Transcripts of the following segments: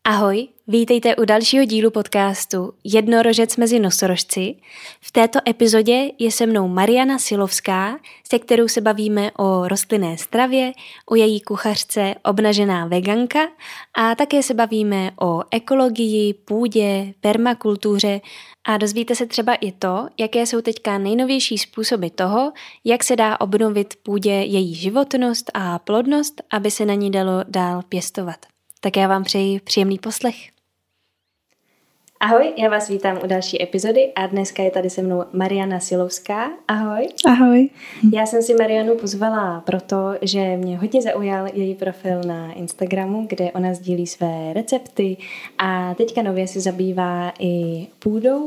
Ahoj, vítejte u dalšího dílu podcastu Jednorožec mezi nosorožci. V této epizodě je se mnou Mariana Silovská, se kterou se bavíme o rostlinné stravě, o její kuchařce Obnažená veganka a také se bavíme o ekologii, půdě, permakultuře a dozvíte se třeba i to, jaké jsou teďka nejnovější způsoby toho, jak se dá obnovit půdě její životnost a plodnost, aby se na ní dalo dál pěstovat. Tak já vám přeji příjemný poslech. Ahoj, já vás vítám u další epizody a dneska je tady se mnou Mariana Silovská. Ahoj. Ahoj. Já jsem si Marianu pozvala proto, že mě hodně zaujal její profil na Instagramu, kde ona sdílí své recepty a teďka nově se zabývá i půdou.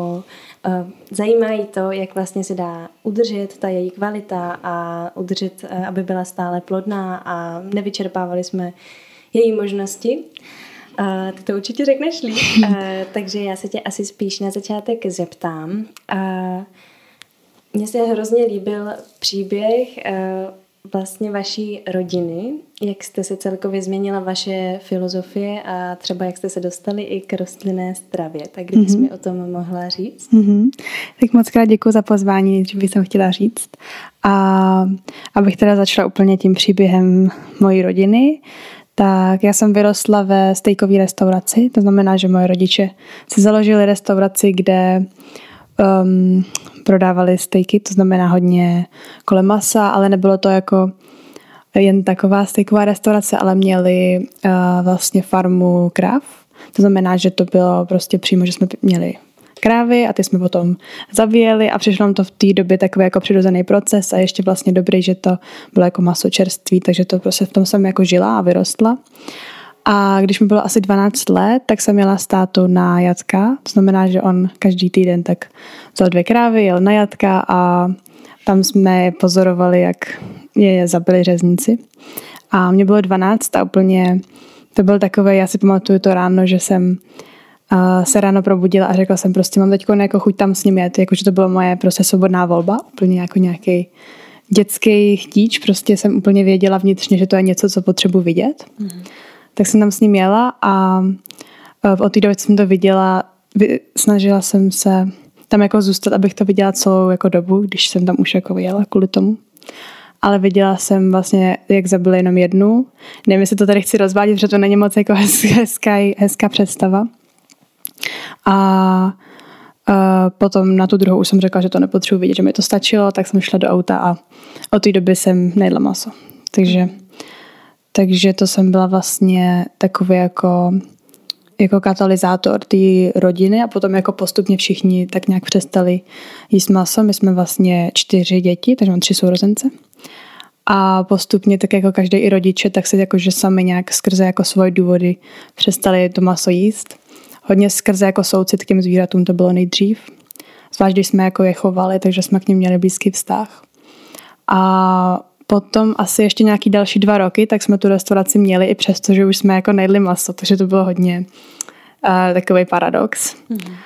Zajímá jí to, jak vlastně se dá udržet ta její kvalita a udržet, aby byla stále plodná a nevyčerpávali jsme její možnosti. Ty to určitě řekneš líp, takže já se tě asi spíš na začátek zeptám. Mně se hrozně líbil příběh vlastně vaší rodiny, jak jste se celkově změnila vaše filozofie a třeba jak jste se dostali i k rostlinné stravě. Tak kdybys mi o tom mohla říct? Tak moc krát děkuji za pozvání, že bych jsem chtěla říct. A abych teda začala úplně tím příběhem mojí rodiny, tak já jsem vyrostla ve stejkové restauraci, to znamená, že moje rodiče si založili restauraci, kde prodávali stejky, to znamená hodně kolem masa, ale nebylo to jako jen taková stejková restaurace, ale měli vlastně farmu kráv. To znamená, že to bylo prostě přímo, že jsme měli krávy a ty jsme potom zabíjeli a přišlo nám to v té době takový jako přirozený proces a ještě vlastně dobrý, že to bylo jako maso čerství, takže to prostě v tom jsem jako žila a vyrostla. A když mi bylo asi 12 let, tak jsem jela s tátou na jatka, to znamená, že on každý týden tak vzal 2 krávy, jel na jatka a tam jsme pozorovali, jak je zabili řezníci. A mě bylo 12 a úplně to byl takové, já si pamatuju to ráno, že jsem se ráno probudila a řekla jsem prostě, mám teďko jako chuť tam s ním jet, jakože to byla moje prostě svobodná volba, úplně jako nějaký dětský chtíč, prostě jsem úplně věděla vnitřně, že to je něco, co potřebuji vidět. Tak jsem tam s ním jela a od té doby, co jsem to viděla, snažila jsem se tam jako zůstat, abych to viděla celou jako dobu, když jsem tam už jako jela kvůli tomu. Ale viděla jsem vlastně, jak zabili jenom jednu. Nevím, jestli to tady chci rozvádět, protože to není moc jako hezká představa. A potom na tu druhou už jsem řekla, že to nepotřebuji vidět, že mi to stačilo, tak jsem šla do auta a od té doby jsem nejedla maso. Takže to jsem byla vlastně takový jako katalyzátor té rodiny a potom jako postupně všichni tak nějak přestali jíst maso. My jsme vlastně 4 děti, takže mám 3 sourozence. A postupně tak jako každý i rodiče, tak se jakože sami nějak skrze jako svoje důvody přestali to maso jíst. Hodně skrze jako soucit k těm zvířatům to bylo nejdřív. Zvlášť, když jsme jako je chovali, takže jsme k nim měli blízký vztah. A potom asi ještě nějaký další 2 roky, tak jsme tu restauraci měli i přesto, že už jsme jako nejedli maso, takže to bylo hodně takový paradox.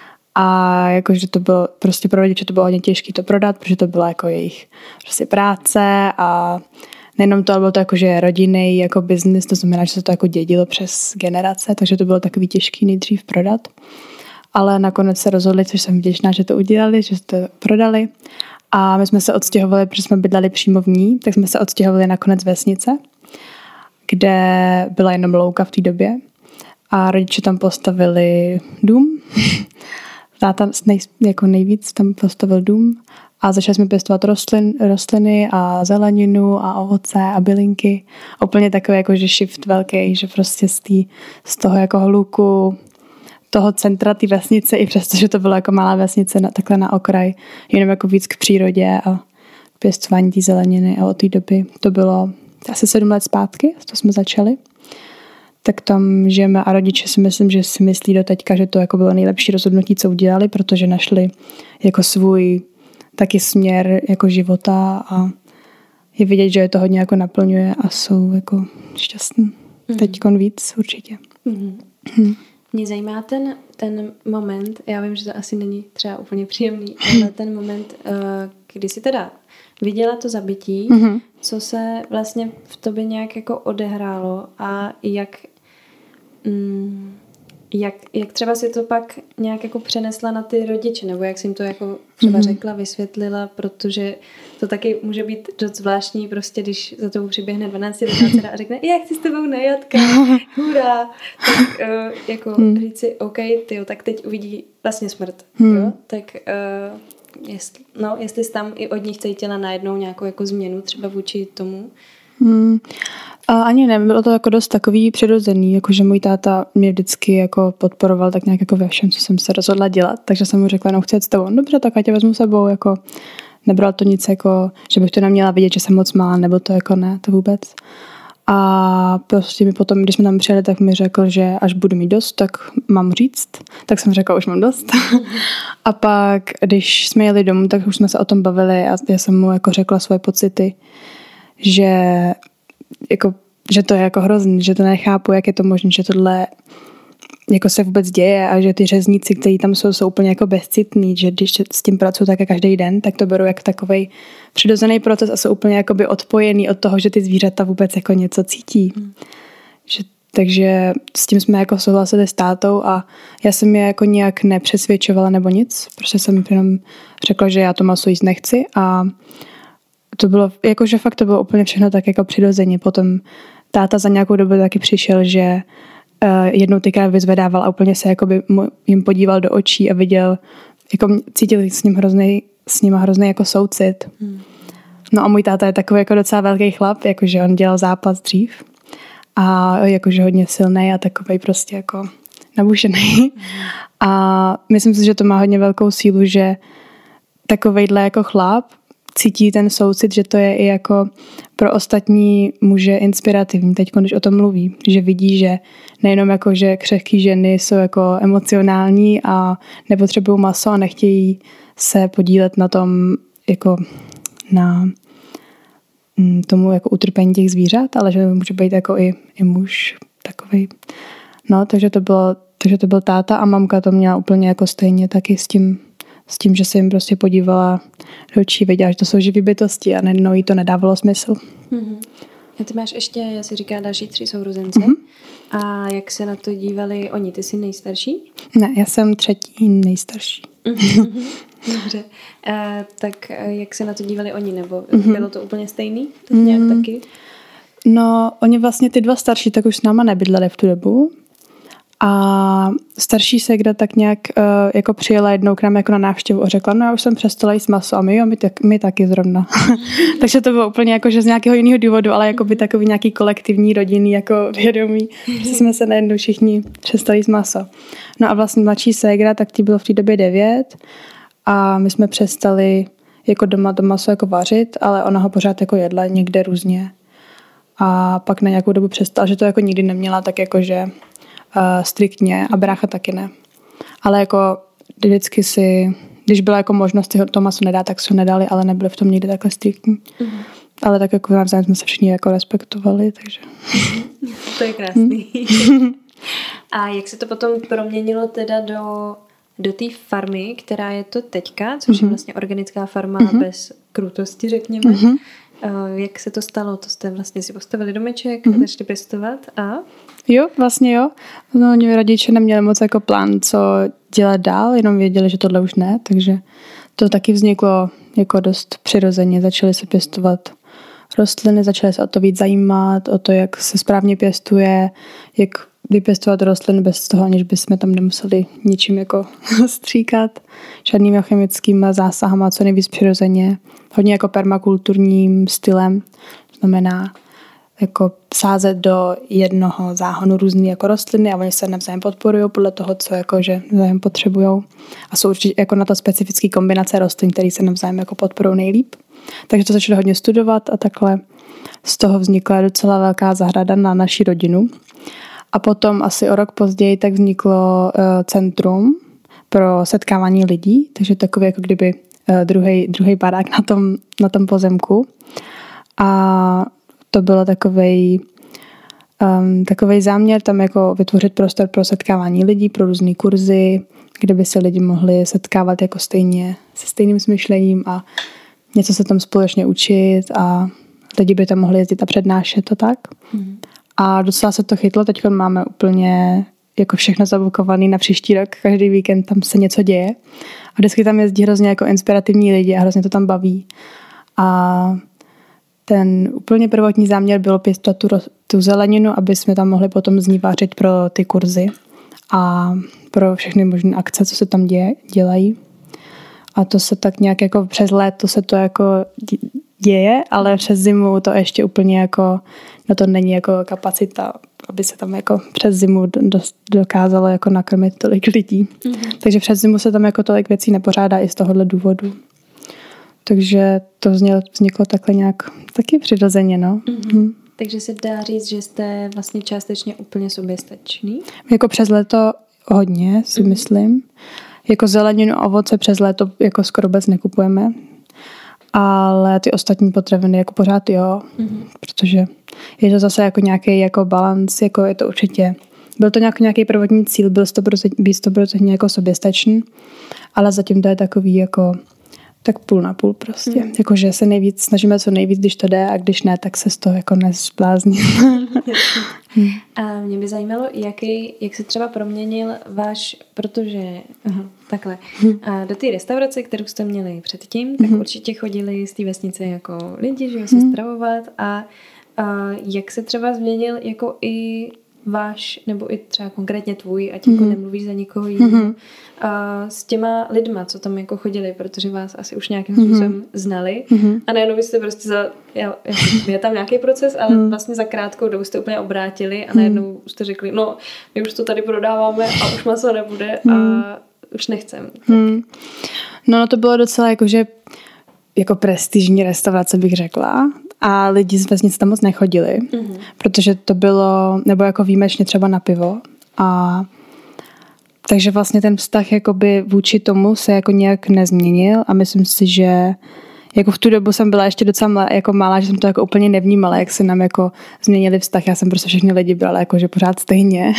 A jakože to bylo prostě pro rodiče to bylo hodně těžké to prodat, protože to byla jako jejich prostě práce a nejenom to, ale bylo to jakože rodinný jako biznis, to znamená, že se to jako dědilo přes generace, takže to bylo takový těžký nejdřív prodat. Ale nakonec se rozhodli, což jsem vděčná, že to udělali, že to prodali. A my jsme se odstěhovali, protože jsme bydleli přímo v ní, tak jsme se odstěhovali na konec vesnice, kde byla jenom louka v té době. A rodiče tam postavili dům. Táta jako nejvíc tam postavil dům. A začali jsme pěstovat rostliny a zeleninu a ovoce a bylinky. Úplně takový jakože shift velký, že prostě z toho jako hluku toho centra té vesnice, i přesto, že to byla jako malá vesnice takhle na okraj, jenom jako víc k přírodě a k pěstování té zeleniny. A od té doby to bylo asi 7 let zpátky, to jsme začali. Tak tam žijeme a rodiče si myslím, že si myslí do teďka, že to jako bylo nejlepší rozhodnutí, co udělali, protože našli jako svůj taky směr jako života a je vidět, že je to hodně jako naplňuje a jsou jako šťastní. Teďkon víc určitě. Mě zajímá ten moment, já vím, že to asi není třeba úplně příjemný, ale ten moment, kdy jsi teda viděla to zabití, co se vlastně v tobě nějak jako odehrálo a jak Jak třeba si to pak nějak jako přenesla na ty rodiče, nebo jak jsi jim to jako třeba řekla, vysvětlila, protože to taky může být dost zvláštní, prostě když za tebou přiběhne 12 a řekne, já chci s tebou na jatka, hurá, tak jako říct si, OK, tyjo, tak teď uvidí vlastně smrt, jo, tak jestli jsi tam i od nich cítila najednou nějakou jako změnu třeba vůči tomu. A ani ne, bylo to jako dost takový přirozený, jakože můj táta mě vždycky jako podporoval tak nějak jako ve všem, co jsem se rozhodla dělat, takže jsem mu řekla, no chci jet s tebou, dobře, tak já tě vezmu sebou, jako nebral to nic jako, že bych to neměla vidět, že jsem moc malá, nebo to jako ne, to vůbec. A prostě mi potom, když jsme tam přijeli, tak mi řekl, že až budu mít dost, tak mám říct, tak jsem řekla, už mám dost. A pak, když jsme jeli domů, tak už jsme se o tom bavili a já jsem mu jako řekla svoje pocity, že to je jako hrozný, že to nechápu, jak je to možné, že tohle jako se vůbec děje a že ty řezníci, kteří tam jsou úplně jako bezcitní, že když s tím pracuju tak každý den, tak to beru jako takovej přirozený proces a jsou úplně jakoby odpojený od toho, že ty zvířata vůbec jako něco cítí. Takže s tím jsme jako souhlasili s tátou a já jsem je jako nějak nepřesvědčovala nebo nic, protože jsem jenom řekla, že já to maso jíst nechci a to bylo, jakože fakt to bylo úplně všechno tak jako přirozeně. Potom táta za nějakou dobu taky přišel, že jednou tykrát vyzvedával a úplně se jakoby jim podíval do očí a viděl, jako cítil s nima hrozný jako soucit. No a můj táta je takový jako docela velký chlap, jakože on dělal zápas dřív a jakože hodně silný a takovej prostě jako nabušený. A myslím si, že to má hodně velkou sílu, že takovejhle jako chlap cítí ten soucit, že to je i jako pro ostatní muže inspirativní. Teď, když o tom mluví, že vidí, že nejenom jako, že křehký ženy jsou jako emocionální a nepotřebují maso a nechtějí se podílet na tom, jako na tomu jako utrpení těch zvířat, ale že může být jako i muž takovej. No, takže to byl táta a mamka to měla úplně jako stejně taky s tím, že se jim prostě podívala do očí, věděla, že to jsou živý bytosti a najednou jí to nedávalo smysl. A ty máš ještě, já si říká, další 3 sourozence. A jak se na to dívali oni? Ty jsi nejstarší? Ne, já jsem 3. nejstarší. Dobře. Tak jak se na to dívali oni? Nebo bylo to úplně stejný? Tak nějak taky? No, oni vlastně ty 2 starší tak už s náma nebydleli v tu dobu. A starší ségra tak nějak jako přijela jednou k nám jako na návštěvu a řekla, no já už jsem přestala jíst maso a my taky zrovna. Takže to bylo úplně jako, že z nějakého jiného důvodu, ale jako by takový nějaký kolektivní rodinný jako vědomí, že jsme se najednou všichni přestali jíst maso. No a vlastně mladší ségra, tak tí bylo v té době 9 a my jsme přestali jako doma to maso jako vařit, ale ona ho pořád jako jedla někde různě. A pak na nějakou dobu přestala, že to jako nikdy neměla tak jako, že striktně a brácha taky ne. Ale jako vždycky když byla jako možnost to maso nedát, tak se ho nedali, ale nebyli v tom nikdy takhle striktní. Ale tak jako navzájem jsme se všichni jako respektovali, takže. To je krásný. A jak se to potom proměnilo teda do té farmy, která je to teďka, což je vlastně organická farma bez krutosti, řekněme. Jak se to stalo? To jste vlastně si postavili domeček a začali pěstovat a? Jo, vlastně jo. No, oni rodiče neměli moc jako plán, co dělat dál, jenom věděli, že tohle už ne, takže to taky vzniklo jako dost přirozeně. Začali se pěstovat rostliny, začali se o to víc zajímat, o to, jak se správně pěstuje, jak vypěstovat rostliny bez toho, aniž bychom tam nemuseli ničím jako stříkat, žádnými chemickými zásahama, co nejvíc přirozeně, hodně jako permakulturním stylem, znamená jako sázet do jednoho záhonu různý jako rostliny a oni se navzájem podporují podle toho, co jakože navzájem potřebujou. A jsou určitě jako na to specifické kombinace rostlin, které se navzájem jako podporují nejlíp. Takže to začali hodně studovat a takhle z toho vznikla docela velká zahrada na naši rodinu. A potom asi o rok později tak vzniklo centrum pro setkávání lidí, takže takový jako kdyby druhý barák na tom pozemku. A to bylo takovej záměr tam jako vytvořit prostor pro setkávání lidí, pro různý kurzy, kde by se lidi mohli setkávat jako stejně se stejným smyšlením a něco se tam společně učit a lidi by tam mohli jezdit a přednášet to tak. A docela se to chytlo, teď máme úplně jako všechno zabukovaný na příští rok, každý víkend tam se něco děje. A vždycky tam jezdí hrozně jako inspirativní lidi a hrozně to tam baví. A ten úplně prvotní záměr bylo pěstovat tu zeleninu, aby jsme tam mohli potom z ní vařit pro ty kurzy a pro všechny možné akce, co se tam dělají. A to se tak nějak jako přes léto se to jako děje, ale přes zimu to ještě úplně jako, na to není jako kapacita, aby se tam jako přes zimu dokázalo jako nakrmit tolik lidí. Mm-hmm. Takže přes zimu se tam jako tolik věcí nepořádá i z tohohle důvodu. Takže to vzniklo takhle nějak taky přirozeně, no. Mm-hmm. Takže se dá říct, že jste vlastně částečně úplně soběstačný? Jako přes léto hodně, si myslím. Jako zeleninu a ovoce přes léto jako skoro vůbec nekupujeme. Ale ty ostatní potraviny jako pořád jo, protože je to zase jako nějaký jako balans, jako je to určitě, byl to nějaký prvotní cíl, byl 100% jako soběstačný, ale zatím to je takový jako tak půl na půl prostě. Jakože se snažíme co nejvíc, když to jde a když ne, tak se z toho jako nezblázní. A mě by zajímalo, jak se třeba proměnil váš, protože takhle, a do té restaurace, kterou jste měli předtím, tak určitě chodili z té vesnice jako lidi, že se stravovat a jak se třeba změnil jako i váš, nebo i třeba konkrétně tvůj, ať jako nemluvíš za nikoho jiného, s těma lidma, co tam jako chodili, protože vás asi už nějakým způsobem znali a najednou vy jste prostě je tam nějaký proces, ale vlastně za krátkou dobu jste úplně obrátili a najednou jste řekli, no, my už to tady prodáváme a už maso nebude a už nechcem. No to bylo docela jako prestižní restaurace, bych řekla. A lidi z vesnice tam moc nechodili, protože to bylo, nebo jako výjimečně třeba na pivo. A takže vlastně ten vztah jakoby vůči tomu se jako nějak nezměnil a myslím si, že jako v tu dobu jsem byla ještě docela jako malá, že jsem to jako úplně nevnímala, jak se nám jako změnili vztah. Já jsem prostě všechny lidi brala jako, že pořád stejně.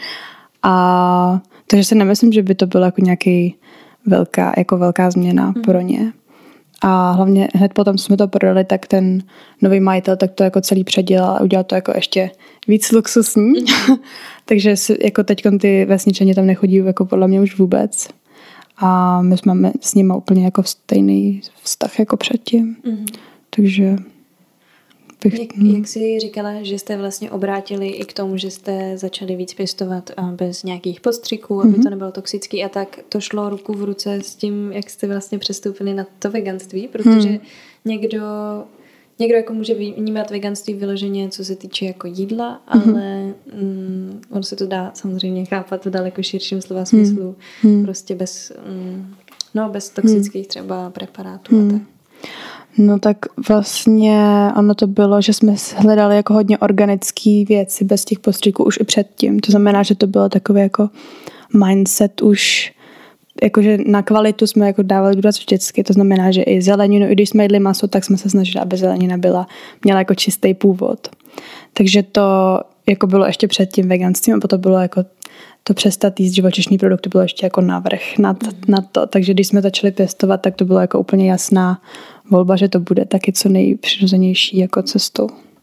A takže si nemyslím, že by to bylo jako nějaký velká změna pro ně. A hlavně hned potom jsme to prodali, tak ten nový majitel tak to jako celý předělal a udělal to jako ještě víc luxusní. Takže jako teď ty vesničani tam nechodí jako podle mě už vůbec. A my máme s nimi úplně jako stejný vztah jako předtím. Takže jak jsi říkala, že jste vlastně obrátili i k tomu, že jste začali víc pěstovat bez nějakých postřiků, aby to nebylo toxický a tak to šlo ruku v ruce s tím, jak jste vlastně přestoupili na to veganství, protože někdo jako může vnímat veganství vyloženě, co se týče jako jídla, ale on se to dá samozřejmě chápat v daleko širším slova smyslu, prostě bez toxických třeba preparátů a tak. No tak vlastně ono to bylo, že jsme hledali jako hodně organické věci bez těch postřiků už i předtím. To znamená, že to bylo takový jako mindset už, jakože na kvalitu jsme jako dávali důraz vždycky. To znamená, že i zeleninu, i když jsme jedli maso, tak jsme se snažili, aby zelenina měla jako čistý původ. Takže to jako bylo ještě před tím veganstvím a potom bylo jako to přestat jíst živočišní produkty bylo ještě jako navrch na to. Takže když jsme začali pěstovat, tak to bylo jako úplně jasná volba, že to bude taky co nejpřirozenější jako cestou.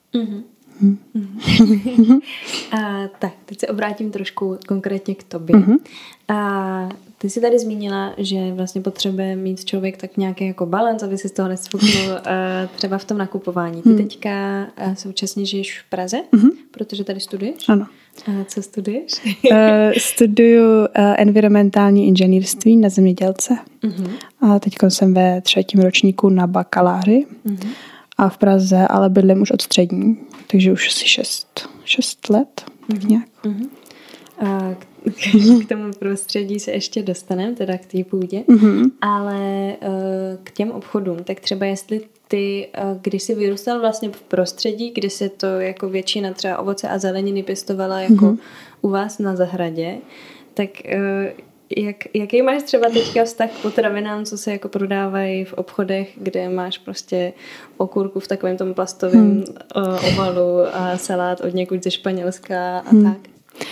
A tak, teď se obrátím trošku konkrétně k tobě. A ty jsi tady zmínila, že vlastně potřebuje mít člověk tak nějaký jako balans, aby si z toho nesfuknul třeba v tom nakupování. Ty teďka současně žiješ v Praze, protože tady studuješ? Ano. A co studuješ? Studuju environmentální inženýrství na zemědělce. A teď jsem ve 3. ročníku na bakaláři a v Praze, ale bydlím už od střední, takže už asi 6 let, tak nějak. A k tomu prostředí se ještě dostaneme, teda k té půdě, ale k těm obchodům, tak třeba jestli ty, když jsi vyrůstal vlastně v prostředí, kde se to jako většina třeba ovoce a zeleniny pěstovala jako u vás na zahradě, tak jaký máš třeba teďka vztah k potravinám, co se jako prodávají v obchodech, kde máš prostě okurku v takovém tom plastovém obalu a salát od někud ze Španělska a tak?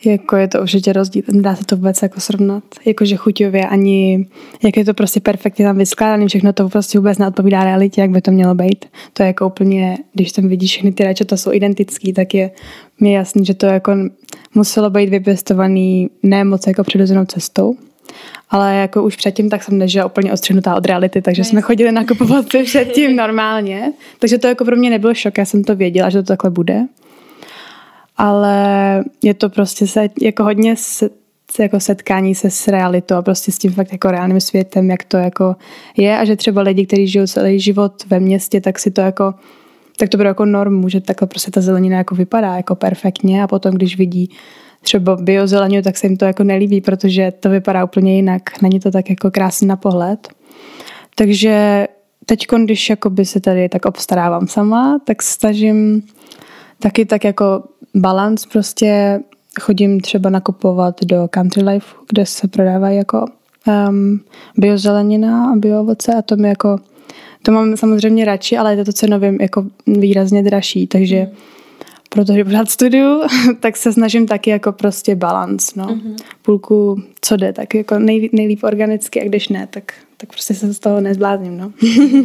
Jako je to určitě rozdíl, nedá se to vůbec jako srovnat. Jakože chuťově ani, jak je to prostě perfektně tam vyskládaný, všechno to prostě vůbec neodpovídá realitě, jak by to mělo být. To je jako úplně, když tam vidíš všechny ty rajčata jsou identický, tak je mi jasný, že to jako muselo být vypěstovaný ne moc jako přirozenou cestou. Ale jako už předtím, tak jsem nežila úplně odstřihnutá od reality, takže jsme chodili nakupovat si předtím normálně. Takže to jako pro mě nebyl šok, já jsem to věděla, že to takhle bude. Ale je to prostě jako hodně jako setkání se s realitou a prostě s tím fakt jako reálným světem, jak to jako je a že třeba lidi, kteří žijou celý život ve městě, tak si to jako, tak to bude jako normu, že takhle prostě ta zelenina jako vypadá jako perfektně a potom, když vidí třeba biozeleninu, tak se jim to jako nelíbí, protože to vypadá úplně jinak. Není to tak jako krásný na pohled. Takže teď, když jakoby se tady tak obstarávám sama, tak snažím taky tak jako balans prostě chodím třeba nakupovat do Country Life, kde se prodávají jako biozelenina a bioovoce a to mám samozřejmě radši, ale je to cenově jako výrazně dražší, takže protože pořád studiu, tak se snažím taky jako prostě balans, no. Půlku, co jde, tak jako nejlíp organicky a když ne, tak prostě se z toho nezblázním, no.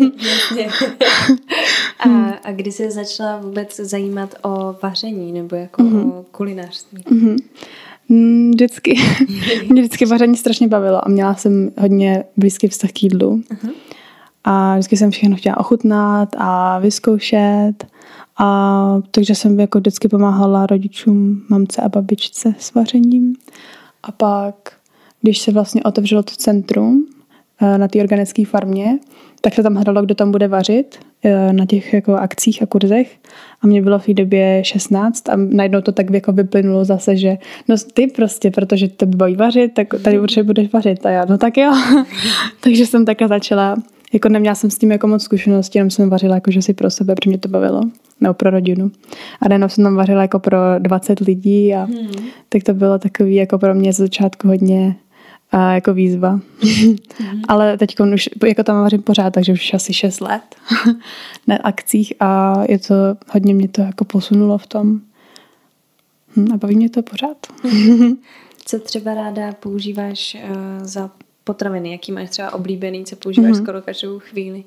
A kdy jsi začala vůbec zajímat o vaření nebo jako o kulinářství? Vždycky. Mě vždycky vaření strašně bavilo a měla jsem hodně blízký vztah k jídlu. A vždycky jsem všechno chtěla ochutnat a vyzkoušet. A takže jsem jako vždycky pomáhala rodičům, mamce a babičce s vařením. A pak, když se vlastně otevřelo to centrum na té organické farmě, tak se tam hledalo, kdo tam bude vařit na těch jako akcích a kurzech. A mě bylo v té době 16 a najednou to tak jako vyplynulo zase, že no ty prostě, protože to baví vařit, tak tady určitě budeš vařit. A já, no tak jo. Takže jsem takhle začala, jako neměla jsem s tím jako moc zkušenosti, jenom jsem vařila jako, že si pro sebe, protože mě to bavilo. Nebo pro rodinu. A najednou jsem tam vařila jako pro 20 lidí a tak to bylo takový jako pro mě z začátku hodně jako výzva. Ale teď už jako tam vařím pořád, takže už asi 6 let na akcích a je to, hodně mě to jako posunulo v tom. A baví mě to pořád. Co třeba ráda používáš za potraviny? Jaký máš třeba oblíbený, co používáš skoro každou chvíli?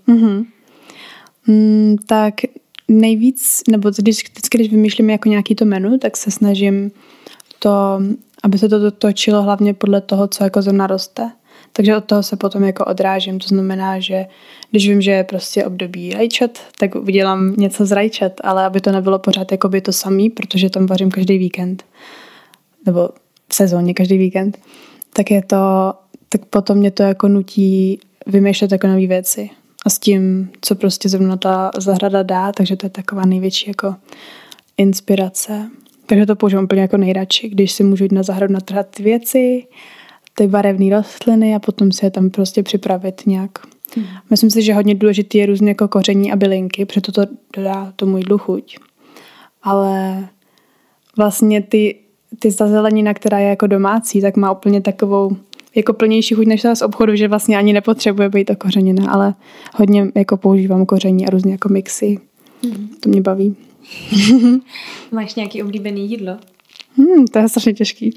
Tak nejvíc, nebo když vymýšlím jako nějaký to menu, tak se snažím to, aby se to točilo hlavně podle toho, co jako zrovna roste. Takže od toho se potom jako odrážím. To znamená, že když vím, že je prostě období rajčat, tak udělám něco z rajčat, ale aby to nebylo pořád jako by to samý, protože tam vařím každý víkend. Nebo v sezóně každý víkend. Tak potom mě to jako nutí vymýšlet jako nové věci. A s tím, co prostě zrovna ta zahrada dá, takže to je taková největší jako inspirace. Takže to používám úplně jako nejradši, když si můžu jít na zahradu natrhat ty věci, ty barevné rostliny a potom si je tam prostě připravit nějak. Myslím si, že hodně důležitý je různé jako koření a bylinky, protože to dodá tomu jídlu chuť. Ale vlastně ta zelenina, která je jako domácí, tak má úplně takovou jako plnější chuť než ta z obchodu, že vlastně ani nepotřebuje být okořeněná, ale hodně jako používám koření a různě jako mixy. To mě baví. Máš nějaký oblíbený jídlo? To je strašně těžký.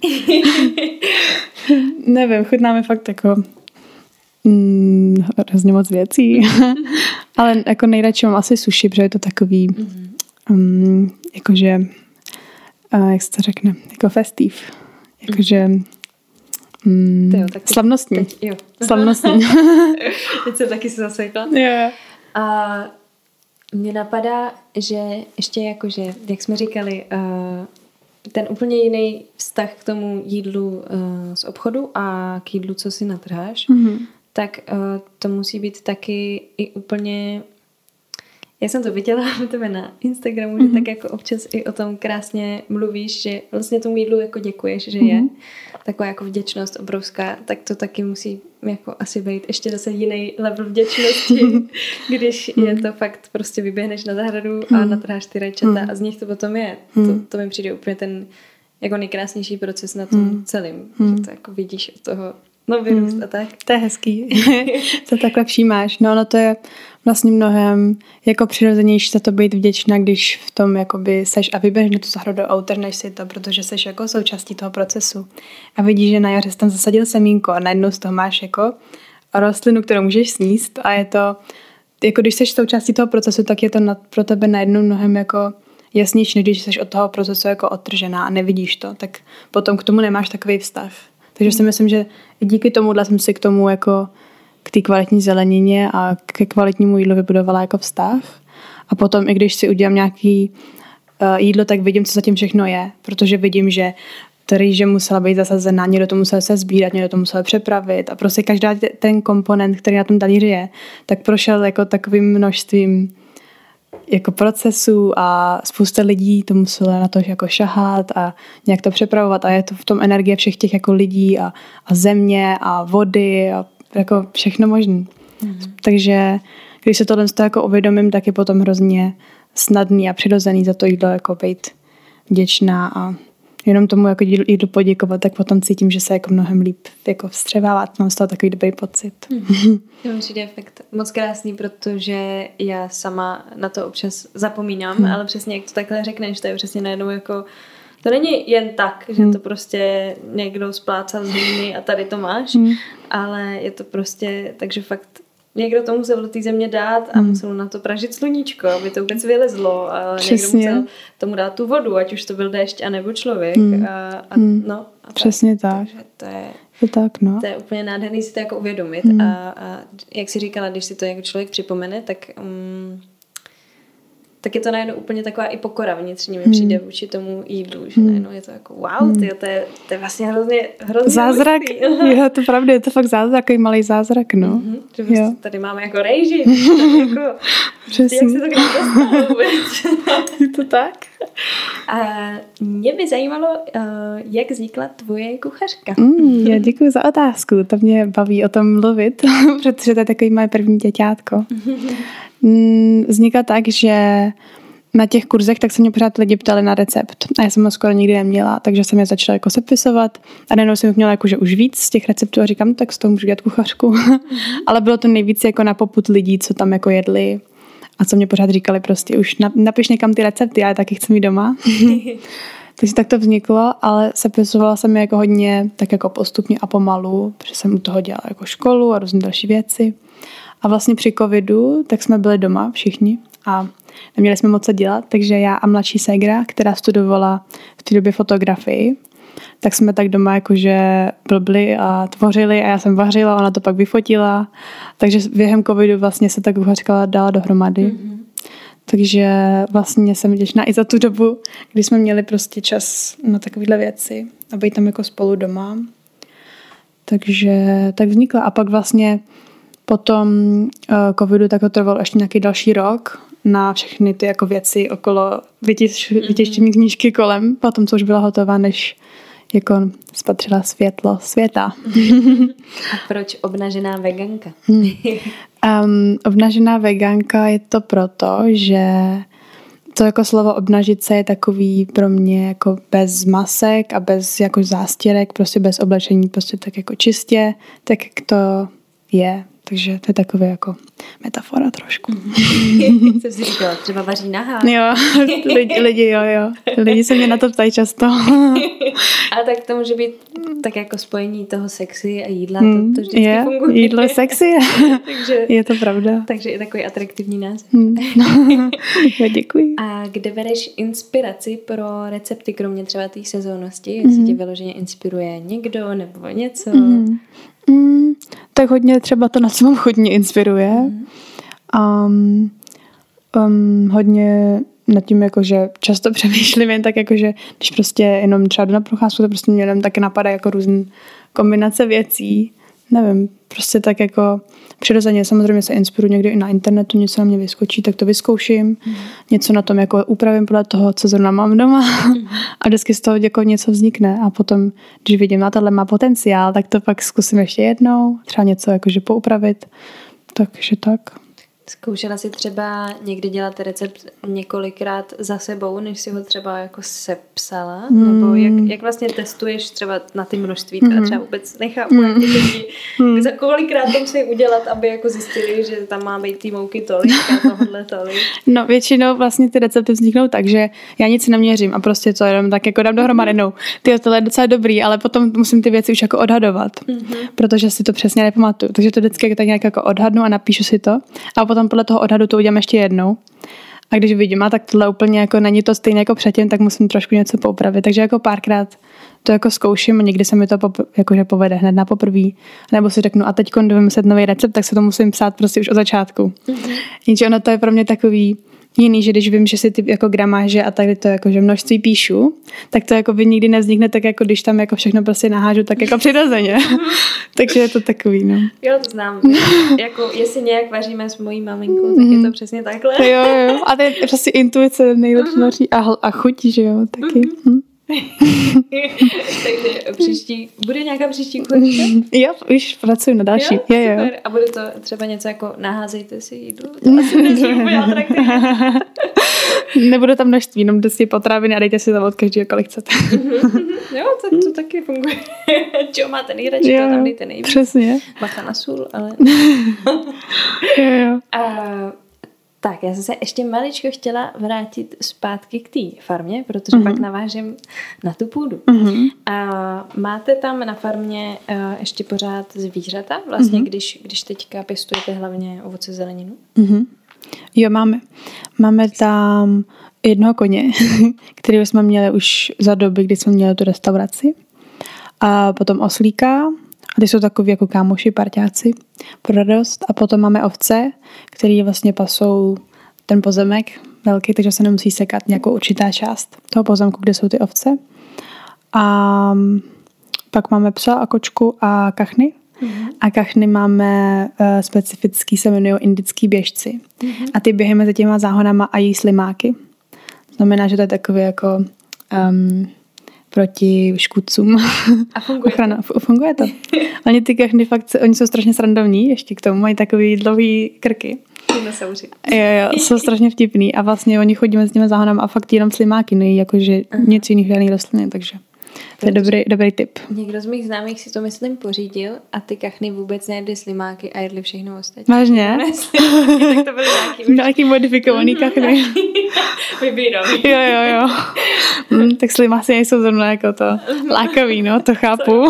Nevím, chutnáme fakt jako hrozně moc věcí. Ale jako nejradši mám asi sushi, protože je to takový jakože jak se to řekne, jako festiv. Jakože slavnostní. Slavnostní. Teď jsem taky se zasekla. Yeah. A mně napadá, že ještě jakože, jak jsme říkali, ten úplně jiný vztah k tomu jídlu z obchodu a k jídlu, co si natrháš, tak to musí být taky i úplně... Já jsem to viděla u tebe na Instagramu, že tak jako občas i o tom krásně mluvíš, že vlastně tomu jídlu jako děkuješ, že je taková jako vděčnost obrovská, tak to taky musí jako asi být ještě zase jiný level vděčnosti, když je to fakt prostě vyběhneš na zahradu a natrháš ty rajčata a z nich to potom je. To mi přijde úplně ten jako nejkrásnější proces na tom celém, že to jako vidíš od toho No vyrůst a tak. To je hezký. Co takhle všímáš. No to je vlastně mnohem jako přirozenější za to být vděčná, když v tom jakoby seš a vybereš na tu zahradu a utrhneš si to, protože seš jako součástí toho procesu. A vidíš, že na jaře jsi tam zasadil semínko a najednou z toho máš jako rostlinu, kterou můžeš sníst a je to, jako když seš součástí toho procesu, tak je to pro tebe najednou mnohem jako jasnější, než když jsi od toho procesu jako odtržená a nevidíš to, tak potom k tomu nemáš takový vztah. Takže si myslím, že díky tomuhle jsem si k tomu jako k té kvalitní zelenině a ke kvalitnímu jídlu vybudovala jako vztah. A potom, i když si udělám nějaký jídlo, tak vidím, co zatím všechno je. Protože vidím, že ta rýže musela být zasazená, někdo to musel se sbírat, někdo to musel přepravit. A prostě každá ten komponent, který na tom talíři je, tak prošel jako takovým množstvím jako procesů a spousta lidí to muselo na to jako šahat a nějak to přepravovat a je to v tom energie všech těch jako lidí a země a vody a jako všechno možné. Takže když se tohle jako uvědomím, tak je potom hrozně snadný a přirozený za to jídlo jako být vděčná a jenom tomu jako jídlu poděkovat, tak potom cítím, že se jako mnohem líp jako vstřebávat. Mám z toho takový dobrý pocit. To mi přijde fakt moc krásný, protože já sama na to občas zapomínám, ale přesně jak to takhle řekneš, to je přesně najednou jako to není jen tak, že to prostě někdo splácal z hlíny a tady to máš, ale je to prostě, takže fakt někdo to musel do té země dát a musel na to pražit sluníčko, aby to vůbec vylezlo a někdo musel tomu dát tu vodu, ať už to byl déšť anebo člověk. A přesně tak. To je úplně nádherný si to jako uvědomit a jak jsi říkala, když si to jako člověk připomene, tak je to najednou úplně taková i pokora vnitřní mi přijde vůči tomu jídlu, že najednou je to jako wow, to je vlastně hrozně zázrak, jo, to pravda, je to fakt zázrak, takový malý zázrak, no. Že vlastně tady máme jako rejži, jako, přesně. Jak se to když dostalo vůbec. Je to tak? A mě by zajímalo, jak vznikla tvoje kuchařka. Já děkuji za otázku, to mě baví o tom mluvit, protože to je takový moje první děťátko. Vznikla tak, že na těch kurzech tak se mě pořád lidi ptali na recept a já jsem ho skoro nikdy neměla, takže jsem je začala jako sepisovat a najednou jsem měla jakože už víc z těch receptů a říkám, tak z toho můžu dělat kuchařku. Ale bylo to nejvíc jako na popud lidí, co tam jako jedli a co mě pořád říkali prostě už napiš někam ty recepty, já je taky chci mít doma. Takže tak to vzniklo, ale sepisovala jsem je jako hodně tak jako postupně a pomalu, protože jsem u toho dělala jako školu a různé další věci. A vlastně při covidu, tak jsme byli doma všichni a neměli jsme moc co dělat, takže já a mladší ségra, která studovala v té době fotografii, tak jsme tak doma jakože blbli a tvořili a já jsem vařila, ona to pak vyfotila. Takže během covidu vlastně se ta kuchařka dala dohromady. Takže vlastně jsem vděčná i za tu dobu, kdy jsme měli prostě čas na takovéhle věci a být tam jako spolu doma. Takže tak vznikla. A pak vlastně po tom covidu tak to trvalo ještě nějaký další rok na všechny ty jako věci okolo vytištění knížky kolem, potom co už byla hotová, než jako spatřila světlo světa. A proč obnažená veganka? Obnažená veganka je to proto, že to jako slovo obnažit se je takový pro mě jako bez masek a bez jako zástěrek, prostě bez oblečení, prostě tak jako čistě, tak jak to je. Takže to je takové jako metafora trošku. Co jsi říkala, třeba vaří nahá. Jo, lidi jo. Lidi se mě na to ptají často. Ale tak to může být tak jako spojení toho sexy a jídla, to vždycky funguje. Jídlo je sexy, takže, je to pravda. Takže je takový atraktivní název. Jo, děkuji. A kde bereš inspiraci pro recepty, kromě třeba té sezónnosti? Jestli tě vyloženě inspiruje někdo nebo něco? Tak hodně třeba to, na co mám hodně inspiruje. Hodně nad tím, jakože často přemýšlím jen tak, jakože když prostě jenom třeba jdu na procházku, to prostě mě jenom taky napadá jako různé kombinace věcí. Nevím, prostě tak jako přirozeně samozřejmě se inspiruji někdy i na internetu, něco na mě vyskočí, tak to vyzkouším. Něco na tom jako upravím podle toho, co zrovna mám doma. A vždycky z toho jako něco vznikne. A potom, když vidím, že tohle má potenciál, tak to pak zkusím ještě jednou. Třeba něco jakože poupravit. Takže tak. Zkoušela jsi třeba někdy dělat recept několikrát za sebou, než si ho třeba jako sepsala? Nebo jak vlastně testuješ třeba na ty množství? Třeba vůbec nechápu, jak ty lidi, za kolikrát to musí udělat, aby jako zjistili, že tam má být tý mouky tolik a tohle tolik? No většinou vlastně ty recepty vzniknou tak, že já nic neměřím a prostě to jenom tak jako dám dohromady jednou. Tohle je docela dobrý, ale potom musím ty věci už jako odhadovat, protože si to přesně nepamatuju. Takže to vždycky tak nějak jako odhadnu a napíšu si to a potom podle toho odhadu to udělám ještě jednou. A když vidím, tak tohle úplně jako není to stejné jako předtím, tak musím trošku něco poupravit. Takže jako párkrát to jako zkouším a někdy se mi to jakože povede hned na poprví. Nebo si řeknu, a teď jdu vymyslet nový recept, tak se to musím psát prostě už od začátku. Jenže ono to je pro mě takový jiný, že když vím, že si ty jako gramáže a tady to jako, že množství píšu, tak to jako by nikdy nevznikne tak jako když tam jako všechno prostě nahážu tak jako přirozeně. Takže je to takový, no. Jo, to znám. Jako jestli nějak vaříme s mojí maminkou, tak je to přesně takhle. Jo. A to je prostě intuice nejlepší vaří a chuť, že jo, taky. Takže bude nějaká příští kuchařka? Jo, už pracuji na další. Jo. A bude to třeba něco jako naházejte si jídlo? Nebude tam množství, jenom dosti potraviny a dejte si tam od každého, kolik chcete. Jo, tak to taky funguje. Čeho máte nejradši, to tam dejte nejvíc. Přesně. Bacha na sůl, ale... jo. Tak, já jsem se ještě maličko chtěla vrátit zpátky k té farmě, protože pak navážím na tu půdu. A máte tam na farmě ještě pořád zvířata, vlastně, když teďka pěstujete hlavně ovoce zeleninu? Jo, máme. Máme tam jednoho koně, kterého jsme měli už za doby, kdy jsme měli tu restauraci. A potom oslíka, a ty jsou takový jako kámoši, parťáci pro radost. A potom máme ovce, který vlastně pasou ten pozemek velký, takže se nemusí sekat nějakou určitá část toho pozemku, kde jsou ty ovce. A pak máme psa a kočku a kachny. A kachny máme specifický, se jmenují indický běžci. A ty běhají mezi těma záhonama a jí slimáky. Znamená, že to je takový jako proti škůdcům. A funguje to? Funguje to. Oni ty kachny fakt, oni jsou strašně srandovní, ještě k tomu mají takový dlouhý krky. Jo, jsou strašně vtipný a vlastně oni chodí mezi těma záhonama a fakt jenom slimáky, nejí jakože nic jiných žádných rostliny, takže to je dobrý tip. Někdo z mých známých si to, myslím, pořídil a ty kachny vůbec nejedli slimáky a jedli všechno ostatní. Vážně? Tak to byly nějaký modifikovaný kachny. Vybíravý. Jo. Tak slimáci nejsou zrovna jako to lákavý, no, to chápu.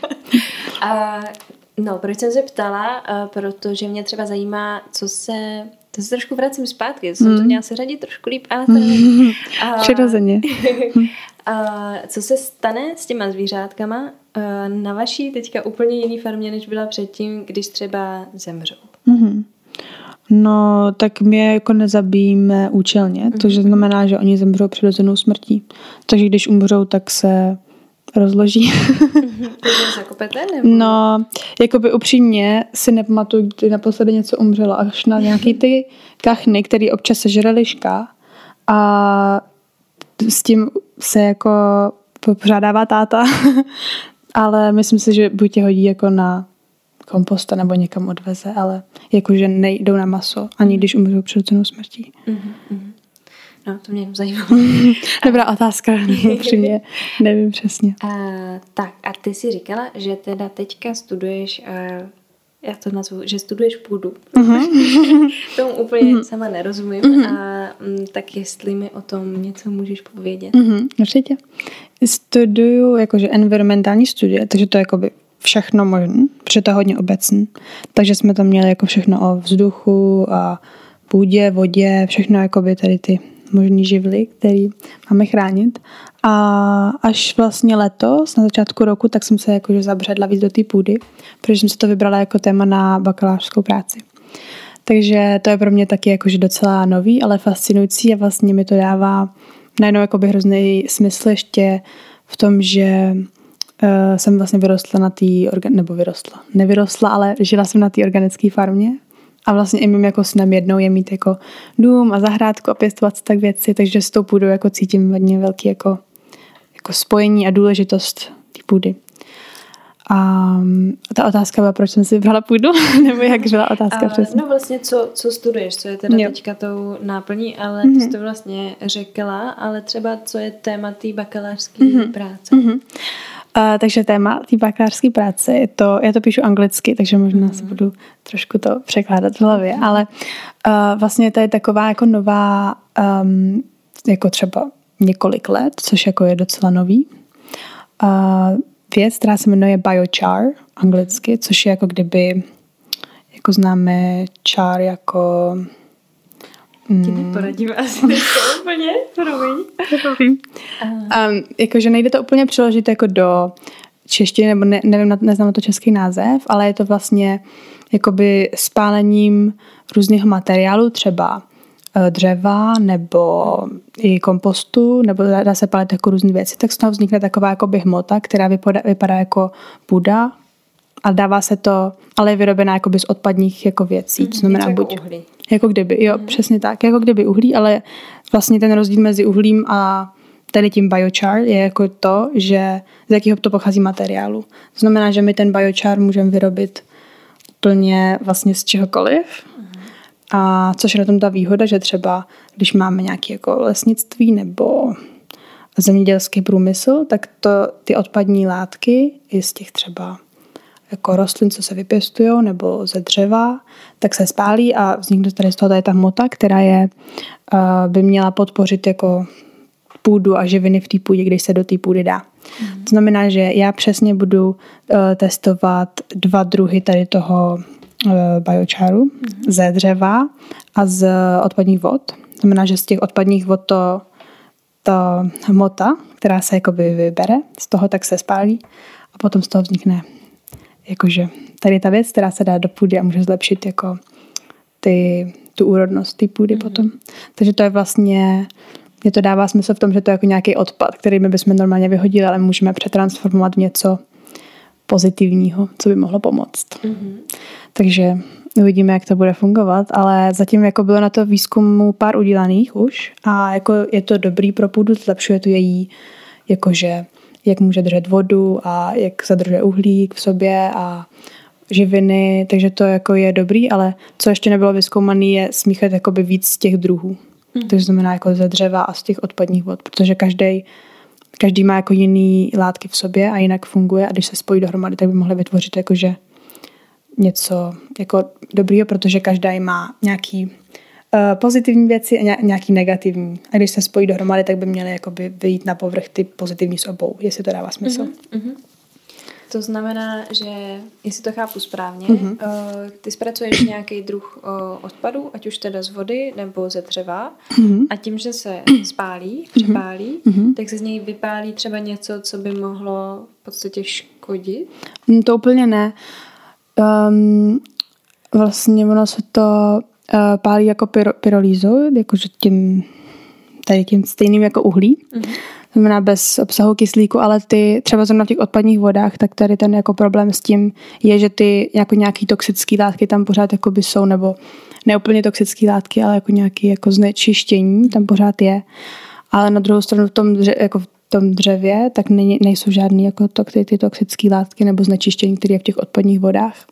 No, proč jsem se ptala? Protože mě třeba zajímá, to se trošku vracím zpátky, jsem to měla se řadit trošku líp, ale to nevím. Přirozeně. Co se stane s těma zvířátkama na vaší teďka úplně jiný farmě, než byla předtím, když třeba zemřou? No, tak my je jako nezabijíme účelně, což znamená, že oni zemřou přirozenou smrtí. Takže když umřou, tak se rozloží. Takže zakopete? Nebo? No, jakoby upřímně si nepamatuju, kdy naposledy něco umřelo, až na nějaký ty kachny, který občas sežere liška a s tím se jako pořádává táta, ale myslím si, že buď tě hodí jako na komposta nebo někam odveze, ale jakože nejdou na maso, ani když umřou přirozenou smrtí. No, to mě jenom zajímá. Dobrá otázka, upřímně, nevím přesně. Tak a ty si říkala, že teda teďka studuješ, já to nazvu, že studuješ půdu. Tomu úplně sama nerozumím. Tak jestli mi o tom něco můžeš povědět. Určitě. Studuju jakože environmentální studie, takže to je jakoby všechno možné, protože to je hodně obecný. Takže jsme tam měli jako všechno o vzduchu a půdě, vodě, všechno jakoby tady ty možný živly, který máme chránit. A až vlastně letos, na začátku roku, tak jsem se jakože zabředla víc do té půdy, protože jsem se to vybrala jako téma na bakalářskou práci. Takže to je pro mě taky jakože docela nový, ale fascinující a vlastně mi to dává najednou jakoby hrozný smysl ještě v tom, že jsem vlastně vyrostla na té, nevyrostla, ale žila jsem na té organické farmě. A vlastně i mým jako snem jednou je mít jako dům a zahrádku a pěstovat tak věci, takže s tou půdou jako cítím hodně velký jako spojení a důležitost té půdy. A ta otázka byla, proč jsem si vybrala půdu? Nebo jak byla otázka přesně? No vlastně, co studuješ, co je teda teďka tou náplní, ale ty jsi to vlastně řekla, ale třeba co je téma té bakalářské práce? Takže téma té bakalářské práce je to, já to píšu anglicky, takže možná si budu trošku to překládat v hlavě, ale vlastně to je taková jako nová, jako třeba několik let, což jako je docela nový. Věc, která se jmenuje biochar anglicky, což je jako kdyby, jako známe char jako... Ti neporadím asi teďka úplně, promiň. Jakože nejde to úplně přeložit jako do češtiny, nebo nevím, neznám na to český název, ale je to vlastně jakoby spálením různých materiálů, třeba dřeva nebo i kompostu, nebo dá se pálit jako různé věci, tak z toho vznikne taková jakoby hmota, která vypadá jako půda a dává se to, ale je vyrobená jakoby z odpadních jako věcí. To znamená jako buď uhlí. Jako kdyby, jo, přesně tak, jako kdyby uhlí, ale vlastně ten rozdíl mezi uhlím a tady tím biochar je jako to, že z jakého to pochází materiálu. To znamená, že my ten biochar můžeme vyrobit úplně vlastně z čehokoliv. A což je na tom ta výhoda, že třeba když máme nějaké jako lesnictví nebo zemědělský průmysl, tak ty odpadní látky i z těch třeba jako rostlin, co se vypěstujou, nebo ze dřeva, tak se spálí a vznikne tady z toho tady ta hmota, která by měla podpořit jako půdu a živiny v té půdě, když se do té půdy dá. To znamená, že já přesně budu testovat 2 druhy tady toho biocharu ze dřeva a z odpadních vod. To znamená, že z těch odpadních vod ta hmota, která se jakoby vybere, z toho tak se spálí a potom z toho vznikne jakože tady ta věc, která se dá do půdy a může zlepšit jako tu úrodnost té půdy potom. Takže to je vlastně, mě to dává smysl v tom, že to je jako nějaký odpad, který my bychom normálně vyhodili, ale můžeme přetransformovat v něco pozitivního, co by mohlo pomoct. Takže uvidíme, jak to bude fungovat, ale zatím jako bylo na to výzkumu pár udělaných už a jako je to dobrý pro půdu, zlepšuje to její jakože jak může držet vodu a jak zadržuje uhlík v sobě a živiny, takže to jako je dobrý, ale co ještě nebylo vyzkoumané je smíchat jakoby víc z těch druhů. To znamená jako ze dřeva a z těch odpadních vod, protože každý má jako jiný látky v sobě a jinak funguje a když se spojí dohromady, tak by mohly vytvořit jakože něco jako dobrýho, protože každá má nějaký pozitivní věci a nějaký negativní. A když se spojí dohromady, tak by měly jakoby vyjít na povrch ty pozitivní s obou, jestli to dává smysl. To znamená, že, jestli to chápu správně, ty zpracuješ nějaký druh odpadu, ať už teda z vody nebo ze dřeva a tím, že se přepálí, tak se z něj vypálí třeba něco, co by mohlo v podstatě škodit? To úplně ne. Vlastně ono se to pálí jako pyrolízou, jakože tím stejným jako uhlí. Znamená bez obsahu kyslíku, ale ty třeba zrovna v těch odpadních vodách, tak tady ten jako problém s tím je, že ty jako nějaký toxické látky tam pořád jakoby jsou, nebo neúplně toxické látky, ale jako nějaké jako znečištění tam pořád je. Ale na druhou stranu v tom dřevě tak nejsou žádný jako ty toxické látky nebo znečištění, které je v těch odpadních vodách.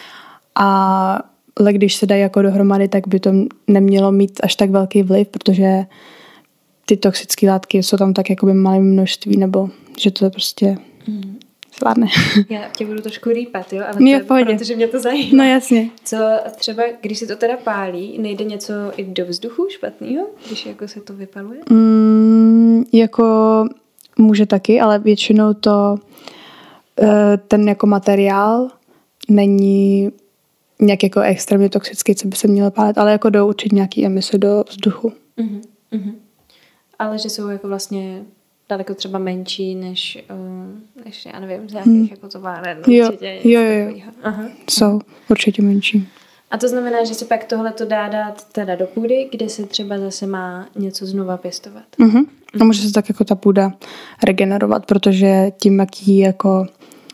Ale když se dají jako dohromady, tak by to nemělo mít až tak velký vliv, protože ty toxické látky jsou tam tak jakoby malé množství, nebo že to prostě zvládne. Já tě budu trošku rýpat, jo? Ale to je, protože mě to zajímá. No jasně. Co třeba, když se to teda pálí, nejde něco i do vzduchu špatného, když jako se to vypaluje? Jako může taky, ale většinou ten jako materiál není nějak jako extrémně toxický, co by se mělo pálit, ale jako jdou určitě nějaký emise do vzduchu. Ale že jsou jako vlastně daleko třeba menší než já nevím, z nějakých jako továren. Jo. Aha. Jsou určitě menší. A to znamená, že se pak tohleto dá dát teda do půdy, kde se třeba zase má něco znova pěstovat. A může se tak jako ta půda regenerovat, protože tím, jaký jako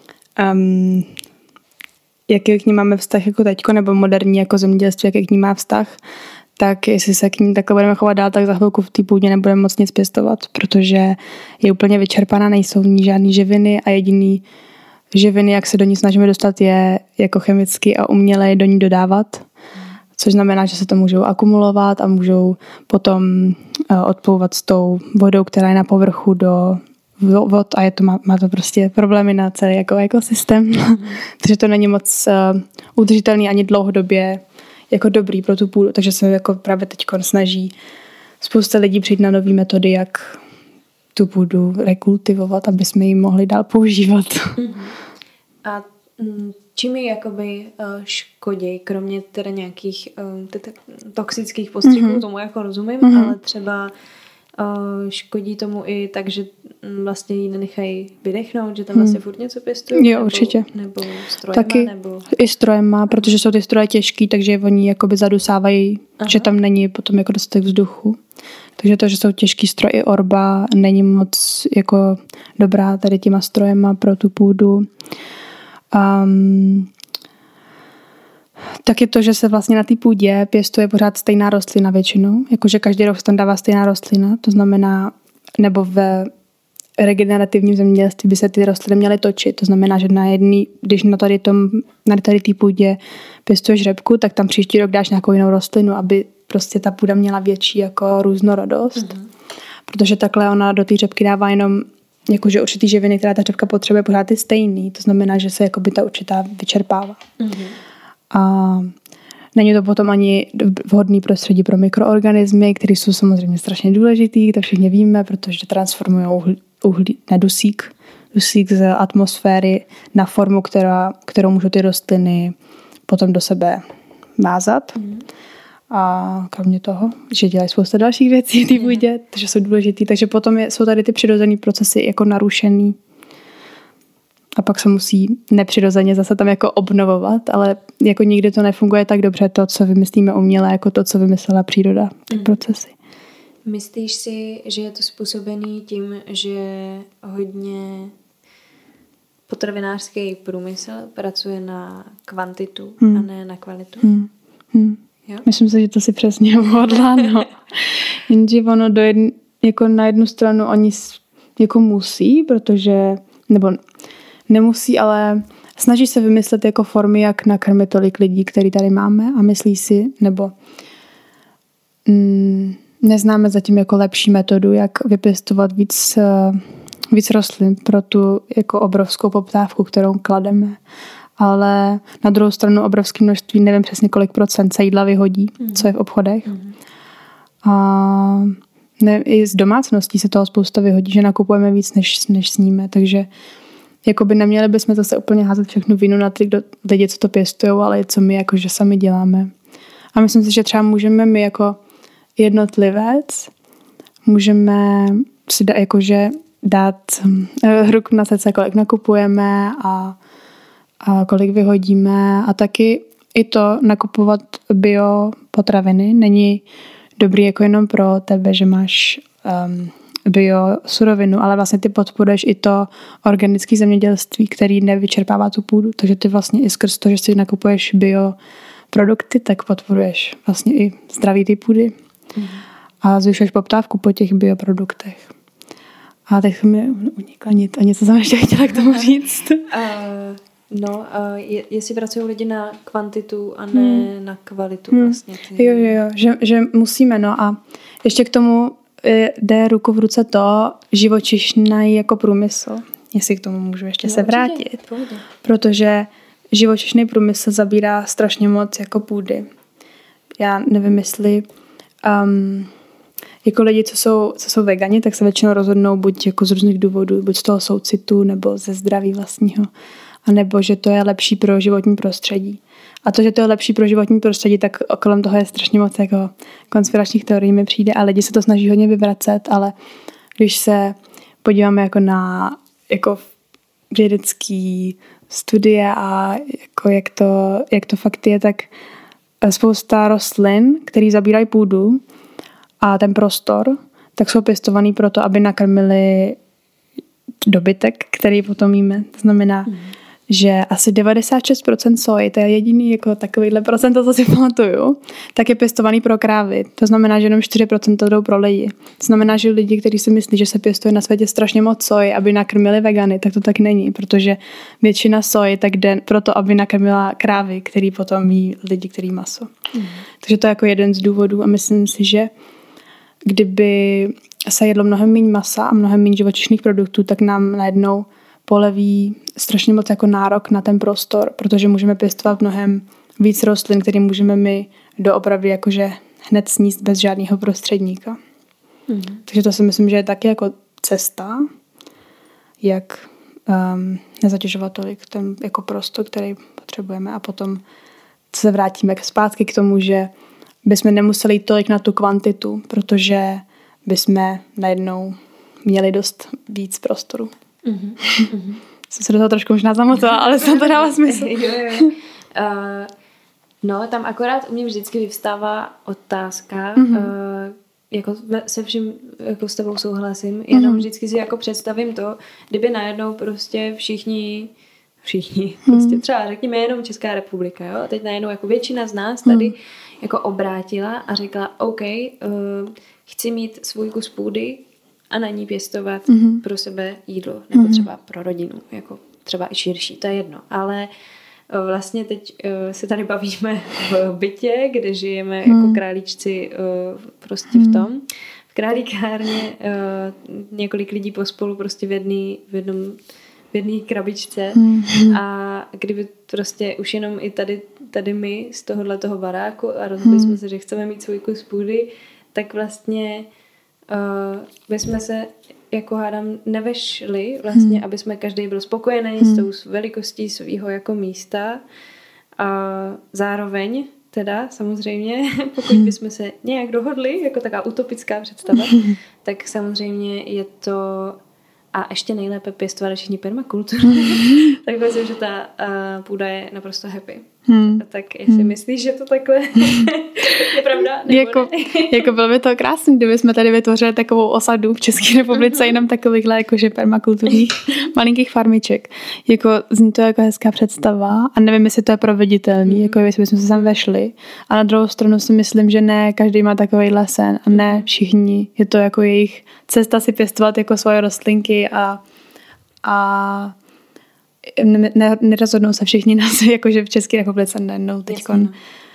jaký k ní máme vztah jako teďko, nebo moderní jako zemědělství, jaký k ní má vztah, tak jestli se k ní takhle budeme chovat dál, tak za chvilku v té půdě nebudeme moc nic pěstovat, protože je úplně vyčerpaná, nejsou v ní žádný živiny a jediný živiny, jak se do ní snažíme dostat, je jako chemicky a uměle do ní dodávat. Což znamená, že se to můžou akumulovat a můžou potom odplouvat s tou vodou, která je na povrchu do vod a má to prostě problémy na celý jako ekosystém. Takže to není moc udržitelný ani dlouhodobě jako dobrý pro tu půdu. Takže se jako právě teď snaží spousta lidí přijít na nové metody, jak tu půdu rekultivovat, aby jsme ji mohli dál používat. A čím ji jakoby škodí, kromě teda nějakých toxických postřiků, tomu jako rozumím, ale třeba škodí tomu i tak, že vlastně ji nenechají vydechnout, že tam vlastně furt něco pěstují? Jo, určitě. Nebo strojema? Taky nebo... i strojema, protože jsou ty stroje těžký, takže oni jakoby zadusávají, že tam není potom jako dostatek vzduchu. Takže to, že jsou těžký stroj i orba, není moc jako dobrá tady těma strojema pro tu půdu. Tak je to, že se vlastně na té půdě pěstuje pořád stejná rostlina většinou. Jakože každý rok se tam dává stejná rostlina. To znamená, nebo ve regenerativním zemědělství by se ty rostliny měly točit. To znamená, že když na tady té půdě pěstuješ řepku, tak tam příští rok dáš nějakou jinou rostlinu, aby prostě ta půda měla větší jako různorodost. Protože takhle ona do té řepky dává jenom jakože určitý živiny, která ta řepka potřebuje, pořád je stejný. To znamená, že se jakoby ta určitá vyčerpává. A není to potom ani vhodný prostředí pro mikroorganismy, které jsou samozřejmě strašně důležitý, to všichni víme, protože transformují dusík z atmosféry na formu, kterou můžou ty rostliny potom do sebe vázat. A kromě toho, že dělají spousta dalších věcí v té půdě, takže jsou důležitý, takže potom jsou tady ty přirozené procesy jako narušený. A pak se musí nepřirozeně zase tam jako obnovovat, ale jako nikdy to nefunguje tak dobře to, co vymyslíme uměle, jako to, co vymyslela příroda, ty procesy. Myslíš si, že je to způsobený tím, že hodně potravinářský průmysl pracuje na kvantitu a ne na kvalitu? Jo? Myslím si, že to si přesně uhodla, no. Jenže ono jako na jednu stranu oni jako musí, protože, nebo nemusí, ale snaží se vymyslet jako formy, jak nakrmit tolik lidí, který tady máme a myslí si, nebo neznáme zatím jako lepší metodu, jak vypěstovat víc rostlin pro tu jako obrovskou poptávku, kterou klademe. Ale na druhou stranu obrovské množství, nevím přesně kolik procent se jídla vyhodí, co je v obchodech. A i z domácností se toho spousta vyhodí, že nakupujeme víc, než sníme, takže jakoby neměli bychom zase úplně házet všechnu vinu na ty lidi, co to pěstujou, ale co my jakože sami děláme. A myslím si, že třeba můžeme my jako jednotlivec můžeme si dát ruku na srdce, kolik nakupujeme a kolik vyhodíme a taky i to nakupovat bio potraviny není dobrý jako jenom pro tebe, že máš bio surovinu, ale vlastně ty podporuješ i to organické zemědělství, který nevyčerpává tu půdu, takže ty vlastně i skrz to, že si nakupuješ bio produkty, tak podporuješ vlastně i zdraví ty půdy a zvyšuješ poptávku po těch bioproduktech. A teď mi unikla a něco jsem ještě chtěla k tomu říct. Jestli pracují lidi na kvantitu a ne na kvalitu vlastně. Jo, že musíme, no a ještě k tomu jde ruku v ruce to živočišný jako průmysl, jestli k tomu můžu ještě se vrátit. Protože živočišný průmysl zabírá strašně moc jako půdy. Já nevím, jestli jako lidi, co jsou vegani, tak se většinou rozhodnou buď jako z různých důvodů, buď z toho soucitu, nebo ze zdraví vlastního, a nebo že to je lepší pro životní prostředí. A to, že to je lepší pro životní prostředí, tak kolem toho je strašně moc jako konspiračních teorií mi přijde a lidi se to snaží hodně vyvracet, ale když se podíváme jako na jako vědecký studie a jako jak to fakt je, tak spousta rostlin, které zabírají půdu a ten prostor, tak jsou pěstovaný proto, aby nakrmili dobytek, který potom jíme. To znamená, že asi 96% soji, to je jediný jako takovýhle procento, co si pamatuju, tak je pěstovaný pro krávy. To znamená, že jenom 4% jdou pro lidi. To znamená, že lidi, kteří si myslí, že se pěstuje na světě strašně moc soji, aby nakrmili vegany, tak to tak není, protože většina soji tak jde proto, aby nakrmila krávy, který potom jí lidi, který maso. Takže to je jako jeden z důvodů a myslím si, že kdyby se jedlo mnohem méně masa a mnohem méně živočišných produktů, tak nám najednou poleví strašně moc jako nárok na ten prostor, protože můžeme pěstovat mnohem víc rostlin, které můžeme my doopravdy jakože hned sníst bez žádného prostředníka. Takže to si myslím, že je taky jako cesta, jak nezatěžovat tolik ten jako prostor, který potřebujeme a potom se vrátíme zpátky k tomu, že bychom nemuseli jít tolik na tu kvantitu, protože bychom najednou měli dost víc prostoru. Jsem se do toho trošku možná zamotala, ale snad to dává smysl. No, tam akorát u mě vždycky vyvstává otázka, jako se vším jako s tebou souhlasím, jenom vždycky si jako představím to, kdyby najednou prostě všichni prostě třeba řekněme jenom Česká republika, jo, a teď najednou jako většina z nás tady jako obrátila a řekla, OK, chci mít svůj kus půdy a na ní pěstovat pro sebe jídlo, nebo třeba pro rodinu, jako třeba i širší, to je jedno, ale vlastně teď se tady bavíme v bytě, kde žijeme jako králíčci prostě v tom. V králíkárně několik lidí pospolu prostě v jedné krabičce a kdyby prostě už jenom i tady my z toho baráku a rozhodli jsme se, že chceme mít svůj kus půdy, tak vlastně bychom se jako hádám nevešli vlastně, aby jsme každý byl spokojený s tou velikostí svého jako místa a zároveň teda samozřejmě, pokud bychom se nějak dohodli, jako taková utopická představa, tak samozřejmě je to a ještě nejlépe pěstovali všichni permakulturu. Tak myslím, že ta půda je naprosto happy. Tak jestli myslíš, že to takhle je pravda, nebo jako bylo by to krásné, kdyby jsme tady vytvořili takovou osadu v České republice, jenom takovýchhle jakože permakulturních malinkých farmiček. Jako zní to jako hezká představa a nevím, jestli to je proveditelný, jako jestli bychom se tam vešli. A na druhou stranu si myslím, že ne každý má takovýhle sen a ne všichni. Je to jako jejich cesta si pěstovat jako svoje rostlinky a nerozhodnou se všichni na si, jakože v České republice najednou teďkon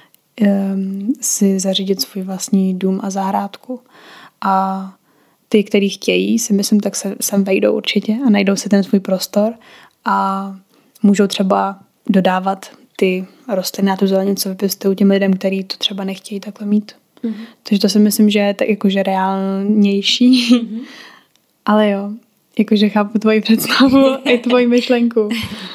si zařídit svůj vlastní dům a zahrádku. A ty, kteří chtějí, si myslím, tak se sem vejdou určitě a najdou si ten svůj prostor a můžou třeba dodávat ty rostliny a tu zeleninu, co vypěstují těm lidem, kteří to třeba nechtějí takhle mít. Takže to si myslím, že je tak jakože reálnější. Ale jo, jakože chápu tvoji představu i tvoji myšlenku.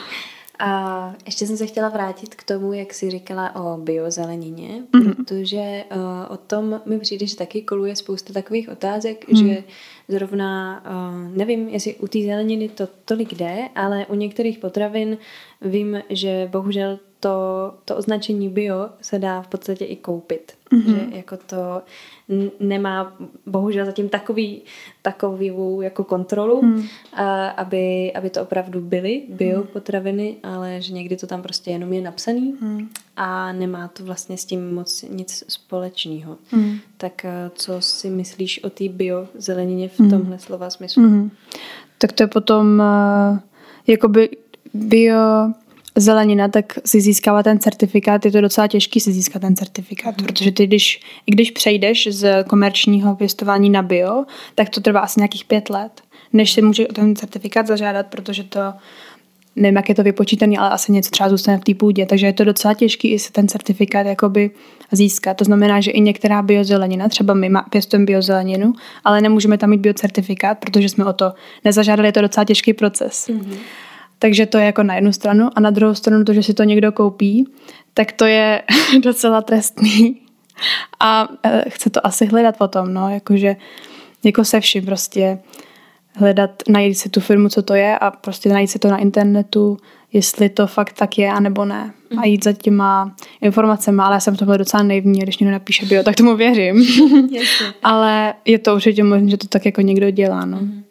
A ještě jsem se chtěla vrátit k tomu, jak jsi říkala o biozelenině, protože o tom mi přijde, že taky koluje spousta takových otázek, že zrovna, nevím, jestli u té zeleniny to tolik jde, ale u některých potravin vím, že bohužel to označení bio se dá v podstatě i koupit. Že jako to nemá bohužel zatím takovou jako kontrolu, aby to opravdu byly bio potraviny, ale že někdy to tam prostě jenom je napsaný a nemá to vlastně s tím moc nic společného. Tak co si myslíš o té bio zelenině v tomhle slova smyslu? Tak to je potom jakoby bio zelenina, tak si získává ten certifikát, je to docela těžký si získat ten certifikát, protože ty, když přejdeš z komerčního pěstování na bio, tak to trvá asi nějakých 5 let, než si může ten certifikát zažádat, protože to, nevím, jak je to vypočítaný, ale asi něco třeba zůstane v té půdě, takže je to docela těžký i si ten certifikát jakoby získat. To znamená, že i některá biozelenina, třeba my pěstujeme biozeleninu, ale nemůžeme tam mít biocertifikát, protože jsme o to nezažádali, je to docela těžký proces. Takže to je jako na jednu stranu a na druhou stranu to, že si to někdo koupí, tak to je docela trestný a chce to asi hledat potom, no, jakože jako se vším prostě hledat, najít si tu firmu, co to je a prostě najít si to na internetu, jestli to fakt tak je, anebo ne. A jít za těma informacemi, ale já jsem v tomhle docela naivní, když někdo napíše bio, tak tomu věřím. Ale je to určitě možné, že to tak jako někdo dělá, no.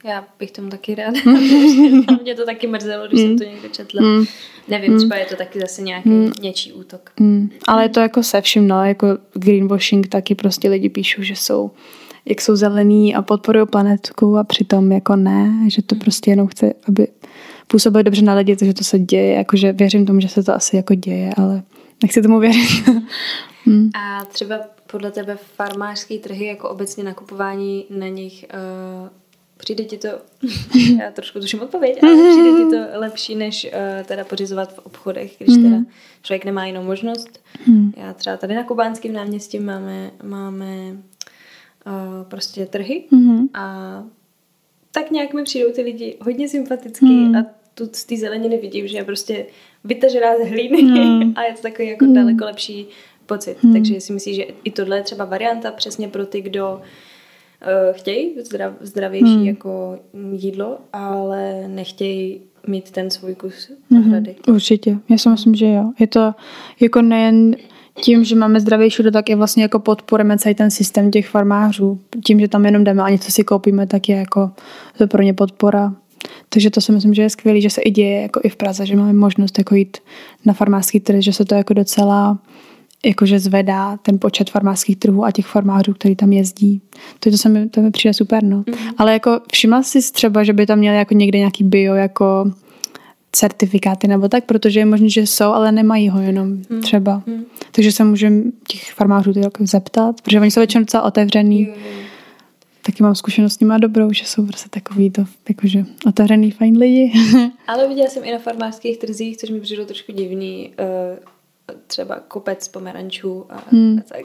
Já bych tomu taky ráda. Mě to taky mrzelo, když jsem to někde četla. Nevím, třeba je to taky zase nějaký něčí útok. Ale je to jako se vším, no, jako greenwashing taky prostě lidi píšou, že jsou, jak jsou zelení a podporují planetku a přitom jako ne, že to prostě jenom chce, aby působili dobře na lidi, takže to se děje, jakože věřím tomu, že se to asi jako děje, ale nechci tomu věřit. A třeba podle tebe farmářský trhy, jako obecně nakupování na nich, přijde ti to, já trošku tuším odpověď, ale přijde ti to lepší, než teda pořizovat v obchodech, když teda člověk nemá jinou možnost. Já třeba tady na Kubánském náměstí máme prostě trhy a tak nějak mi přijdou ty lidi hodně sympatický a tu z té zeleniny vidím, že je prostě vytažená z hlíny a je to takový jako daleko lepší pocit. Takže si myslím, že i tohle je třeba varianta přesně pro ty, kdo chtějí zdravější jako jídlo, ale nechtějí mít ten svůj kus zahrady. Určitě. Já si myslím, že jo. Je to jako nejen tím, že máme zdravější jídlo, tak je vlastně jako podporujeme celý ten systém těch farmářů. Tím, že tam jenom jdeme a něco si koupíme, tak je jako to pro ně podpora. Takže to si myslím, že je skvělý, že se i děje jako i v Praze, že máme možnost jako jít na farmářský trh, že se to jako docela jakože zvedá ten počet farmářských trhů a těch farmářů, který tam jezdí. To mi přijde super, no. Ale jako všimla jsi třeba, že by tam měli jako někde nějaký bio jako certifikáty nebo tak, protože je možné, že jsou, ale nemají ho jenom třeba. Takže se můžeme těch farmářů jako zeptat, protože oni jsou většinou docela otevřený. Taky mám zkušenost s nimi dobrou, že jsou prostě takový to, jakože otevřený fajn lidi. Ale viděla jsem i na farmářských trzích, což mi přišlo trošku divný, třeba kopec pomerančů a tak.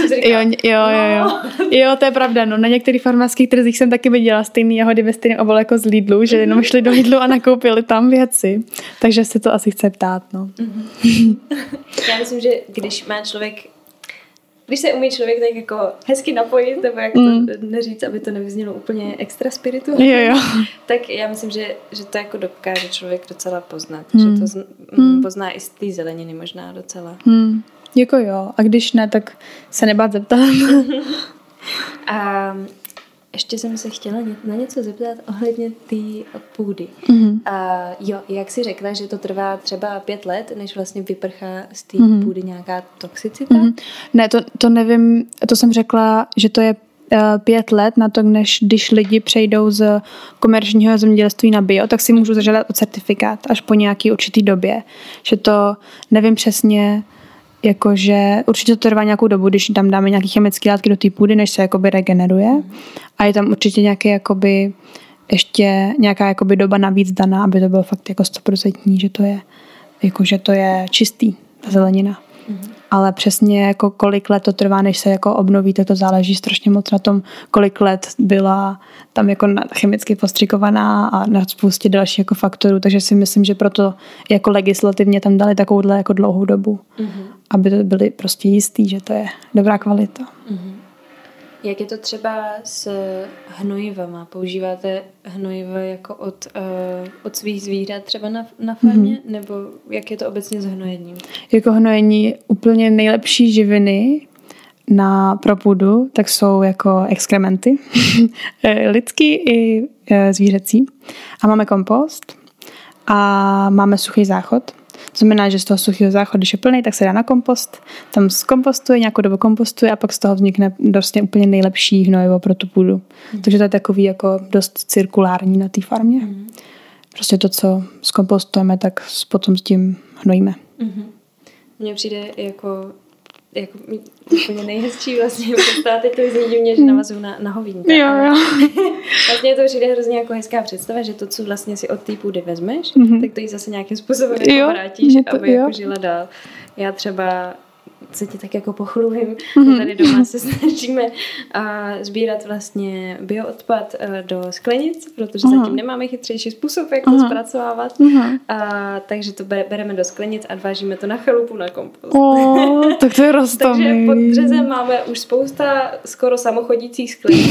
Jo, to je pravda. No, na některých farmářských trzích jsem taky viděla stejný jahody ve stejném obalu jako z Lidlu, že jenom šli do Lidlu a nakoupili tam věci. Takže se to asi chce ptát, no. Já myslím, že když se umí člověk tak jako hezky napojit, nebo jak to neříct, aby to nevyznělo úplně extra spirituálně, tak já myslím, že to jako dokáže člověk docela poznat. Že to pozná i z té zeleniny možná docela. Jako jo. A když ne, tak se nebát zeptat. A ještě jsem se chtěla na něco zeptat ohledně té půdy. Jo, jak jsi řekla, že to trvá třeba 5 let, než vlastně vyprchá z té půdy nějaká toxicita? Ne, to nevím, to jsem řekla, že to je 5 let na to, když lidi přejdou z komerčního zemědělství na bio, tak si můžu zažádat o certifikát až po nějaký určitý době. Že to nevím přesně, jakože určitě to trvá nějakou dobu, když tam dáme nějaké chemické látky do té půdy, než se jakoby regeneruje. A je tam určitě nějaký jakoby ještě nějaká jakoby doba navíc daná, aby to bylo fakt jako 100%, že to je jakože to je čistý, ta zelenina. Ale přesně jako kolik let to trvá, než se jako obnoví, tak to záleží strašně moc na tom, kolik let byla tam jako chemicky postřikovaná a na spoustě dalších jako faktorů, takže si myslím, že proto jako legislativně tam dali takovouhle jako dlouhou dobu, aby to byly prostě jistý, že to je dobrá kvalita. Jak je to třeba s hnojivama? Používáte hnojiva jako od svých zvířat třeba na farmě? Nebo jak je to obecně s hnojením? Jako hnojení úplně nejlepší živiny pro půdu, tak jsou jako exkrementy. Lidský i zvířecí. A máme kompost a máme suchý záchod. To znamená, že z toho suchého záchodu, když je plný, tak se dá na kompost, tam zkompostuje, nějakou dobu kompostuje a pak z toho vznikne vlastně úplně nejlepší hnojivo pro tu půdu. Takže to je takový jako dost cirkulární na té farmě. Prostě to, co zkompostujeme, tak potom s tím hnojíme. Mně přijde jako úplně nejhezčí vlastně představa, teď to vyzní divně, že navazuju na hovínka. Jo. Vlastně to přijde hrozně jako hezká představa, že to, co vlastně si od té půdy vezmeš, tak to jí zase nějakým způsobem jako vrátíš, aby jako žila dál. Já třeba se ti tak jako pochlubím, že tady doma se snažíme sbírat vlastně bioodpad do sklenic, protože zatím nemáme chytřejší způsob, jak to zpracovávat. Takže to bereme do sklenic a vážíme to na chalupu na kompost. Tak to je roztomilý. Takže pod březem máme už spousta skoro samochodících sklenic.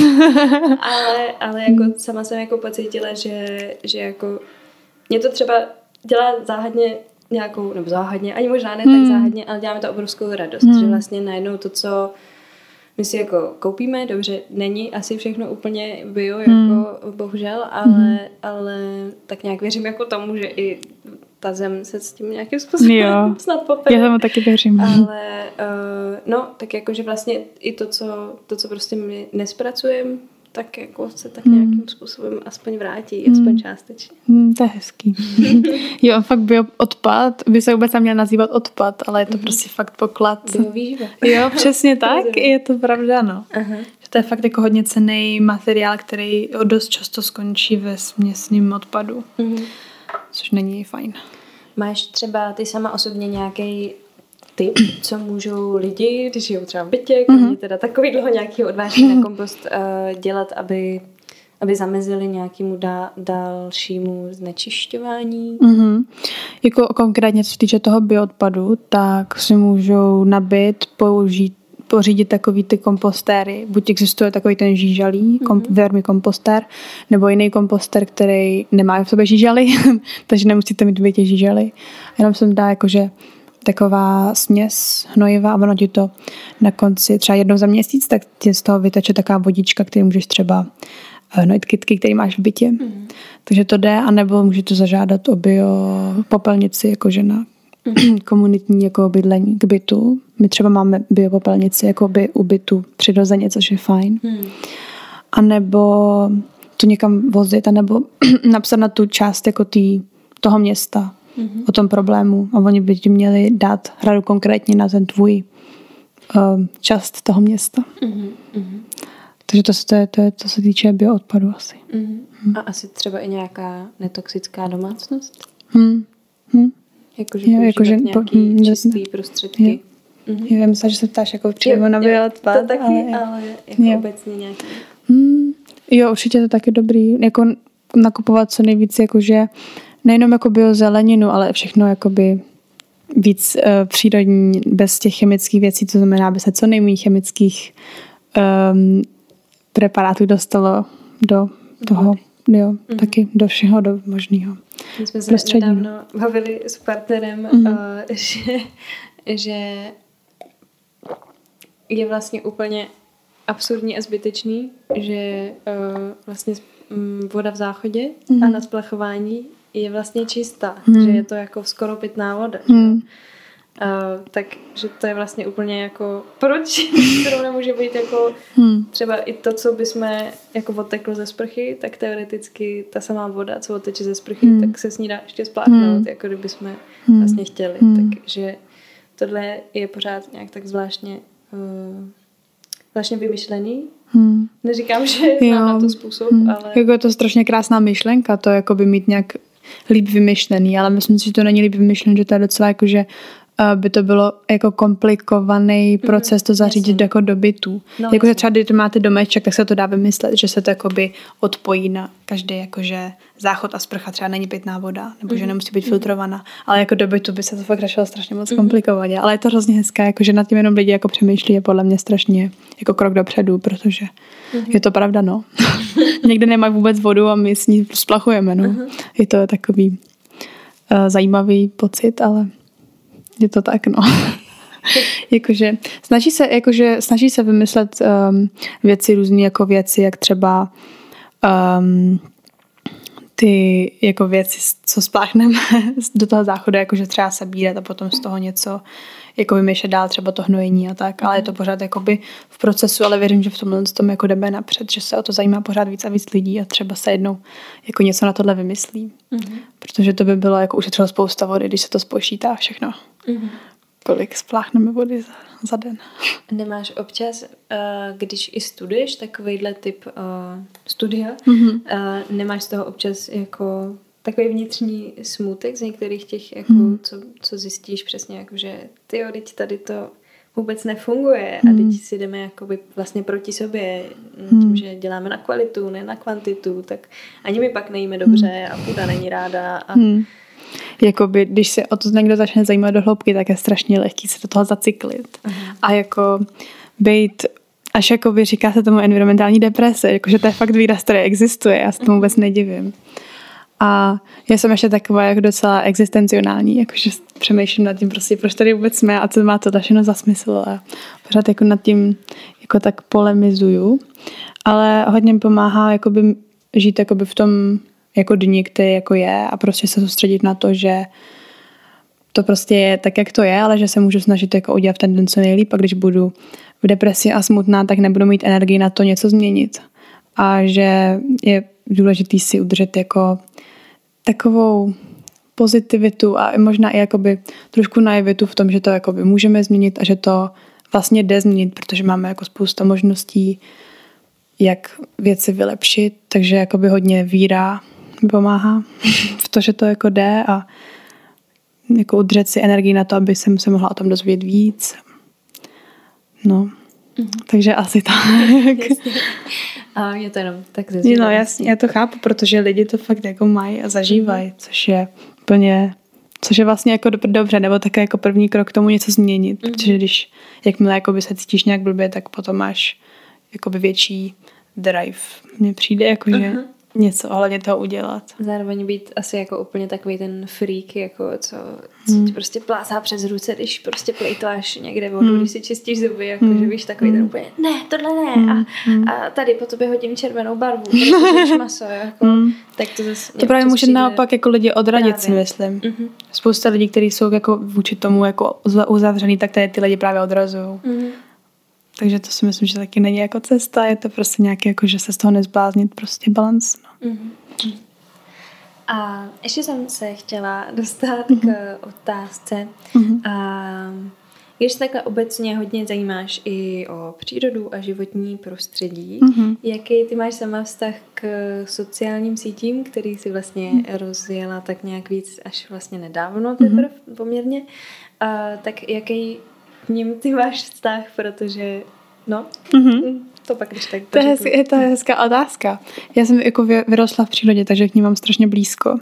ale jako sama jsem jako pocítila, že jako mě to třeba dělá záhadně nějakou, nebo záhadně, ani možná ne tak záhadně, ale děláme to obrovskou radost, že vlastně najednou to, co my si jako koupíme, dobře, není asi všechno úplně bio, jako bohužel, ale tak nějak věřím jako tomu, že i ta zem se s tím nějakým způsobem snad popere. Já tomu taky věřím. Ale no, tak jakože vlastně i to, co prostě my nespracujeme, tak jako se tak nějakým způsobem aspoň vrátí, aspoň částečně. To je hezký. Jo, fakt bioodpad by se vůbec neměl nazývat odpad, ale je to prostě fakt poklad. Biovýživa. Jo, přesně tak, je to pravda, no. Že to je fakt jako hodně cenný materiál, který dost často skončí ve směsným odpadu, což není fajn. Máš třeba ty sama osobně nějaký tip, co můžou lidi, když žijou třeba v bytě, kromě teda takový dlouho nějakého odvážení na kompost dělat, aby zamezili nějakému dalšímu znečišťování? Jako konkrétně, co se týče toho bioodpadu, tak si můžou nabít, pořídit takový ty kompostéry. Buď existuje takový ten žížalý, vermikompostér, nebo jiný kompostér, který nemá v sobě žížaly, takže nemusíte mít v bytě žížaly. Jenom se dá jakože taková směs hnojiva a ono ti to na konci třeba jednou za měsíc, tak ti z toho vyteče taková vodička, který můžeš třeba hnojit kytky, který máš v bytě. Takže to jde, anebo můžete zažádat o biopopelnici jakože na komunitní jako bydlení k bytu. My třeba máme biopopelnici jako by u bytu přirozeně, což je fajn. A nebo to někam vozit, anebo napsat na tu část jako toho města o tom problému. A oni by ti měli dát radu konkrétně na ten tvůj část toho města. Takže to je, co se týče bioodpadu asi. A asi třeba i nějaká netoxická domácnost? Jakože nějaký čistý prostředky. Já myslím, že se ptáš jako přímo na bioodpad. To taky, ale jako obecně nějaký. Jo, určitě to taky dobrý. Jako nakupovat co nejvíc, jakože nejenom jako biozeleninu, ale všechno jakoby víc přírodní, bez těch chemických věcí, to znamená, aby se co nejméně chemických preparátů dostalo do toho, taky do všeho, do možného. My jsme se nedávno bavili s partnerem, že je vlastně úplně absurdní a zbytečný, že vlastně voda v záchodě a na splachování je vlastně čistá, že je to jako skoro pitná voda. Takže to je vlastně úplně jako proč kterou nemůže být jako třeba i to, co bychom jako odteklo ze sprchy, tak teoreticky ta samá voda, co odteče ze sprchy, tak se s ní dá ještě spláchnout, jako kdyby jsme vlastně chtěli. Takže tohle je pořád nějak tak zvláštně vymyšlený. Neříkám, že znám na to způsob, ale... Jako je to strašně krásná myšlenka, to jako by mít nějak líp vymyšlený, ale myslím si, že to není líp vymyšlený, že to je docela jako, že by to bylo jako komplikovaný proces to zařídit jako do bytu. Jakože třeba, když máte domeček, tak se to dá vymyslet, že se to jakoby odpojí na každý jakože záchod a sprcha třeba není pitná voda, nebo že nemusí být filtrovaná, ale jako do bytu by se to fakt řešilo strašně moc komplikovaně. Ale je to hrozně hezké, jakože nad tím jenom lidi jako přemýšlí, je podle mě strašně jako krok dopředu, protože je to pravda, no. Někde nemají vůbec vodu a my s ní splachujeme, no. Je to takový zajímavý pocit, ale je to tak, no. snaží se vymyslet věci, různé jako věci, jak třeba ty jako věci, co spláchneme do toho záchodu, jakože třeba sebírat a potom z toho něco jako vymýšlet dál, třeba to hnojení a tak, ale je to pořád jakoby v procesu, ale věřím, že v tomhle tom jako jdeme napřed, že se o to zajímá pořád víc a víc lidí a třeba se jednou jako něco na tohle vymyslí. Protože to by bylo jako ušetřilo spousta vody, když se to spočítá všechno. Kolik spláchneme vody za den. Nemáš občas, když i studuješ takovejhle typ studia, nemáš z toho občas jako takový vnitřní smutek z některých těch, jako, co zjistíš přesně, jako, že teď tady to vůbec nefunguje a teď si jdeme jakoby vlastně proti sobě tím, že děláme na kvalitu, ne na kvantitu, tak ani my pak nejíme dobře a půda není ráda a jakoby, když se o to někdo začne zajímat do hloubky, tak je strašně lehký se do toho zacyklit. A jako být, až jakoby říká se tomu environmentální deprese, jakože to je fakt výraz, který existuje, já se tomu vůbec nedivím. A já jsem ještě taková jako docela existencionální, jakože přemýšlím nad tím prostě, proč tady vůbec jsme a co má to všechno za smysl a pořád jako nad tím jako tak polemizuju, ale hodně mi pomáhá jakoby žít jakoby v tom jako dni, který jako je a prostě se soustředit na to, že to prostě je tak, jak to je, ale že se můžu snažit jako udělat ten den co nejlíp a když budu v depresi a smutná, tak nebudu mít energii na to něco změnit. A že je důležitý si udržet jako takovou pozitivitu a možná i jakoby trošku naivitu v tom, že to jakoby můžeme změnit a že to vlastně jde změnit, protože máme jako spousta možností, jak věci vylepšit, takže jakoby hodně víra mi pomáhá v to, že to jako jde a jako udržet si energii na to, aby jsem se mohla o tom dozvědět víc. No, takže asi tak. A je to jenom tak ze No jasně, já to chápu, protože lidi to fakt jako mají a zažívají, což je vlastně jako dobře, nebo také jako první krok k tomu něco změnit, protože když jakmile jakoby se cítíš nějak blbě, tak potom máš jakoby větší drive. Mně přijde jakože něco ohledně toho udělat. Zároveň být asi jako úplně takový ten freak, jako co ti prostě plásá přes ruce, když prostě plejtváš někde vodu, když si čistíš zuby, jako že víš takový ten úplně, ne, tohle ne, a tady po tobě hodím červenou barvu, protože jsi maso, jako, tak to zase... To právě může naopak jako lidi odradit, si myslím. Spousta lidí, kteří jsou jako vůči tomu jako uzavřený, tak tady ty lidi právě odrazují. Takže to si myslím, že taky není jako cesta, je to prostě nějaký, jako, že se z toho nezbláznit, prostě balans. No. A ještě jsem se chtěla dostat k otázce. A když se takhle obecně hodně zajímáš i o přírodu a životní prostředí, jaký ty máš sama vztah k sociálním sítím, který si vlastně rozjela tak nějak víc až vlastně nedávno teprve poměrně, tak jaký k ním ty máš vztah, protože to pak když tak to je hezká otázka. Já jsem jako vyrostla v přírodě, takže k ním mám strašně blízko.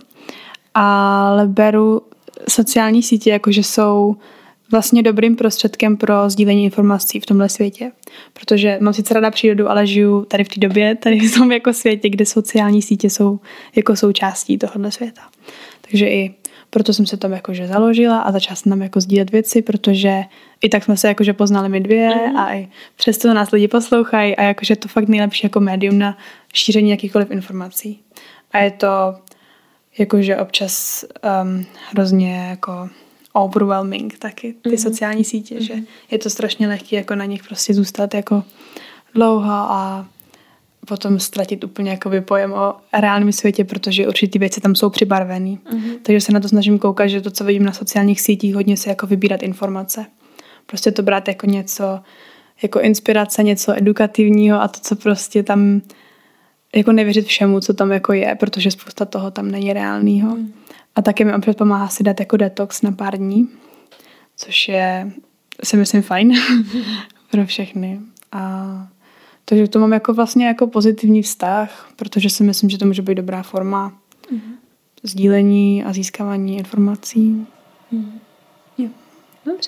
Ale beru sociální sítě, jakože jsou vlastně dobrým prostředkem pro sdílení informací v tomhle světě. Protože mám sice ráda přírodu, ale žiju tady v té době, tady v tom jako světě, kde sociální sítě jsou jako součástí tohohle světa. Takže i proto jsem se tam jakože založila a začala jsem tam jako sdílet věci, protože i tak jsme se jakože poznali my dvě a i přesto nás lidi poslouchají a jakože to fakt nejlepší jako médium na šíření jakýchkoliv informací. A je to jakože občas hrozně jako overwhelming taky ty sociální sítě, že je to strašně lehké jako na nich prostě zůstat jako dlouho a potom ztratit úplně jakoby pojem o reálném světě, protože určitý věci tam jsou přibarvený. Takže se na to snažím koukat, že to, co vidím na sociálních sítích, hodně se jako vybírat informace. Prostě to brát jako něco, jako inspirace, něco edukativního a to, co prostě tam jako nevěřit všemu, co tam jako je, protože spousta toho tam není reálného. A taky mi opět pomáhá si dát jako detox na pár dní, což je, si myslím, fajn pro všechny. A takže to mám jako vlastně jako pozitivní vztah, protože si myslím, že to může být dobrá forma sdílení a získávání informací. Jo. Dobře.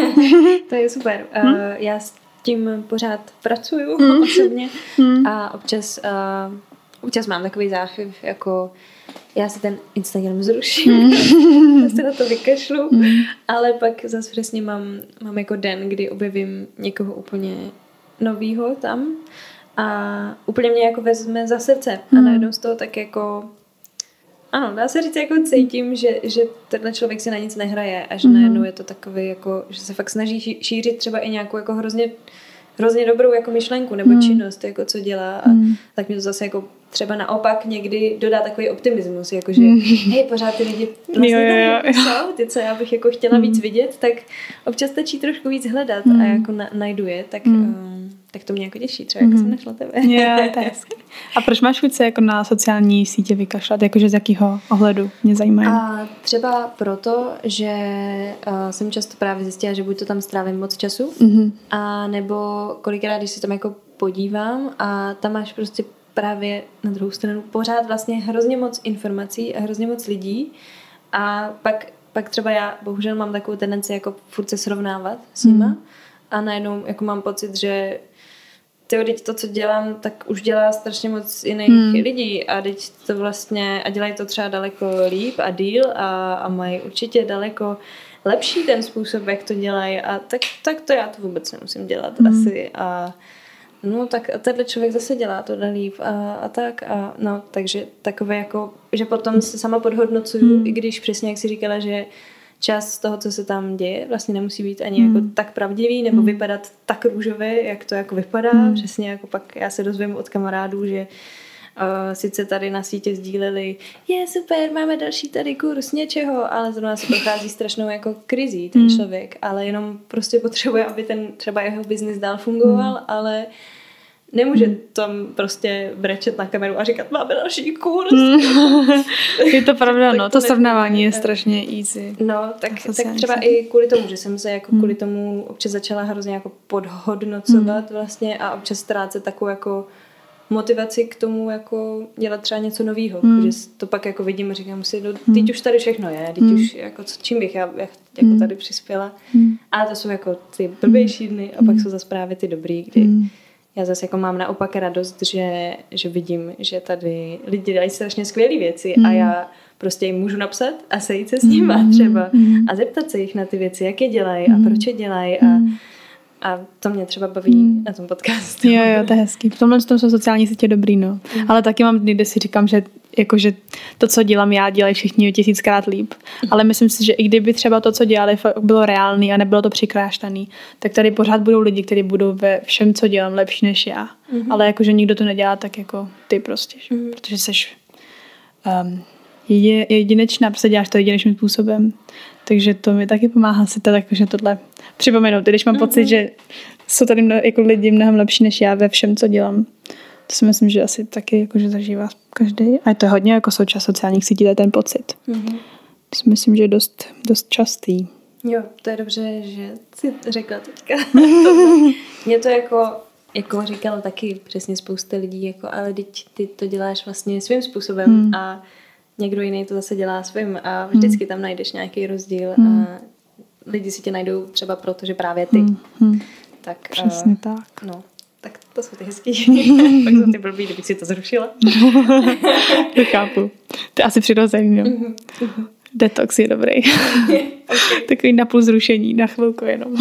To je super. Já s tím pořád pracuju osobně a občas mám takový záchvěv, jako já si ten Instagram zruším, já si na to vykašlu, ale pak zase přesně mám jako den, kdy objevím někoho úplně novýho tam a úplně mě jako vezme za srdce a najednou z toho tak jako ano, dá se říct, jako cítím, že tenhle člověk si na nic nehraje a že najednou je to takový jako, že se fakt snaží šířit třeba i nějakou jako hrozně dobrou jako myšlenku nebo činnost, jako co dělá a tak mě to zase jako třeba naopak někdy dodá takový optimismus, jakože hej, pořád ty lidi vlastně tam jsou, ty, co já bych jako chtěla víc vidět, tak občas stačí trošku víc hledat a jako najdu je, tak to mě jako těší, třeba jako jsem našla tebe. Jo, to je hezky. A proč máš chuť se jako na sociální sítě vykašlat, jakože z jakého ohledu mě zajímají? A třeba proto, že jsem často právě zjistila, že buď to tam strávím moc času, a nebo kolikrát, když se tam jako podívám a tam máš prostě právě na druhou stranu pořád vlastně hrozně moc informací a hrozně moc lidí a pak třeba já bohužel mám takovou tendenci jako furt se srovnávat s nima a najednou jako mám pocit, že teď to, co dělám, tak už dělá strašně moc jiných lidí a teď to vlastně a dělají to třeba daleko líp a díl a mají určitě daleko lepší ten způsob, jak to dělají a tak to já to vůbec nemusím dělat asi no tak tenhle člověk zase dělá to líp a tak a no, takže takové jako, že potom se sama podhodnocuju, i když přesně jak jsi říkala, že část z toho, co se tam děje, vlastně nemusí být ani jako tak pravdivý nebo vypadat tak růžově, jak to jako vypadá. Přesně jako pak já se dozvím od kamarádů, že sice tady na sítě sdíleli, je super, máme další tady kurz něčeho, ale zrovna se prochází strašnou jako krizí ten člověk, ale jenom prostě potřebuje, aby ten třeba jeho biznis dál fungoval, ale nemůže tam prostě brečet na kameru a říkat, máme další kurz. Je to pravda, no, to srovnávání je strašně easy. No, tak třeba i kvůli tomu, že jsem se jako kvůli tomu občas začala hrozně jako podhodnocovat vlastně a občas ztrácet takovou jako motivaci k tomu jako dělat třeba něco novýho. Že to pak jako vidím a říkám si, no, teď už tady všechno je, teď už jako čím bych já jako tady přispěla. A to jsou jako ty blbější dny a pak jsou zase právě ty dobrý, kdy já zase jako mám naopak radost, že vidím, že tady lidi dělají strašně skvělé věci a já prostě jim můžu napsat a sejít se s nima třeba a zeptat se jich na ty věci, jak je dělají a proč je dělají a to mě třeba baví na tom podcastu. Jo, to je hezký. V tomhle jsou sociální sítě dobrý, no. Ale taky mám dny, kde si říkám, že to, co dělám já, dělají všichni 1000krát líp. Ale myslím si, že i kdyby třeba to, co dělali, bylo reálný a nebylo to přikráštaný, tak tady pořád budou lidi, kteří budou ve všem, co dělám, lepší než já. Ale jakože nikdo to nedělá tak jako ty prostě. Protože seš jedinečná, prostě děláš to jedinečným způsobem. Takže to mi taky pomáhá si to jakože tohle připomenout. Když mám pocit, že jsou tady jako lidi mnohem lepší než já ve všem, co dělám. To si myslím, že asi taky jakože zažívá každý. A to je hodně jako součást sociálních sítí, to je ten pocit. To si myslím, že je dost častý. Jo, to je dobře, že jsi řekla teďka. Mě to jako říkala taky přesně spousta lidí, jako, ale ty to děláš vlastně svým způsobem a někdo jiný to zase dělá svým a vždycky tam najdeš nějaký rozdíl a lidi si tě najdou třeba proto, že právě ty. Tak, přesně tak. No, tak to jsou ty hezký. Pak jsou ty blbý, kdybych si to zrušila. To chápu. To je asi přirozený, no. Detox je dobrý. Okay. Takový napůl zrušení, na chvilku jenom.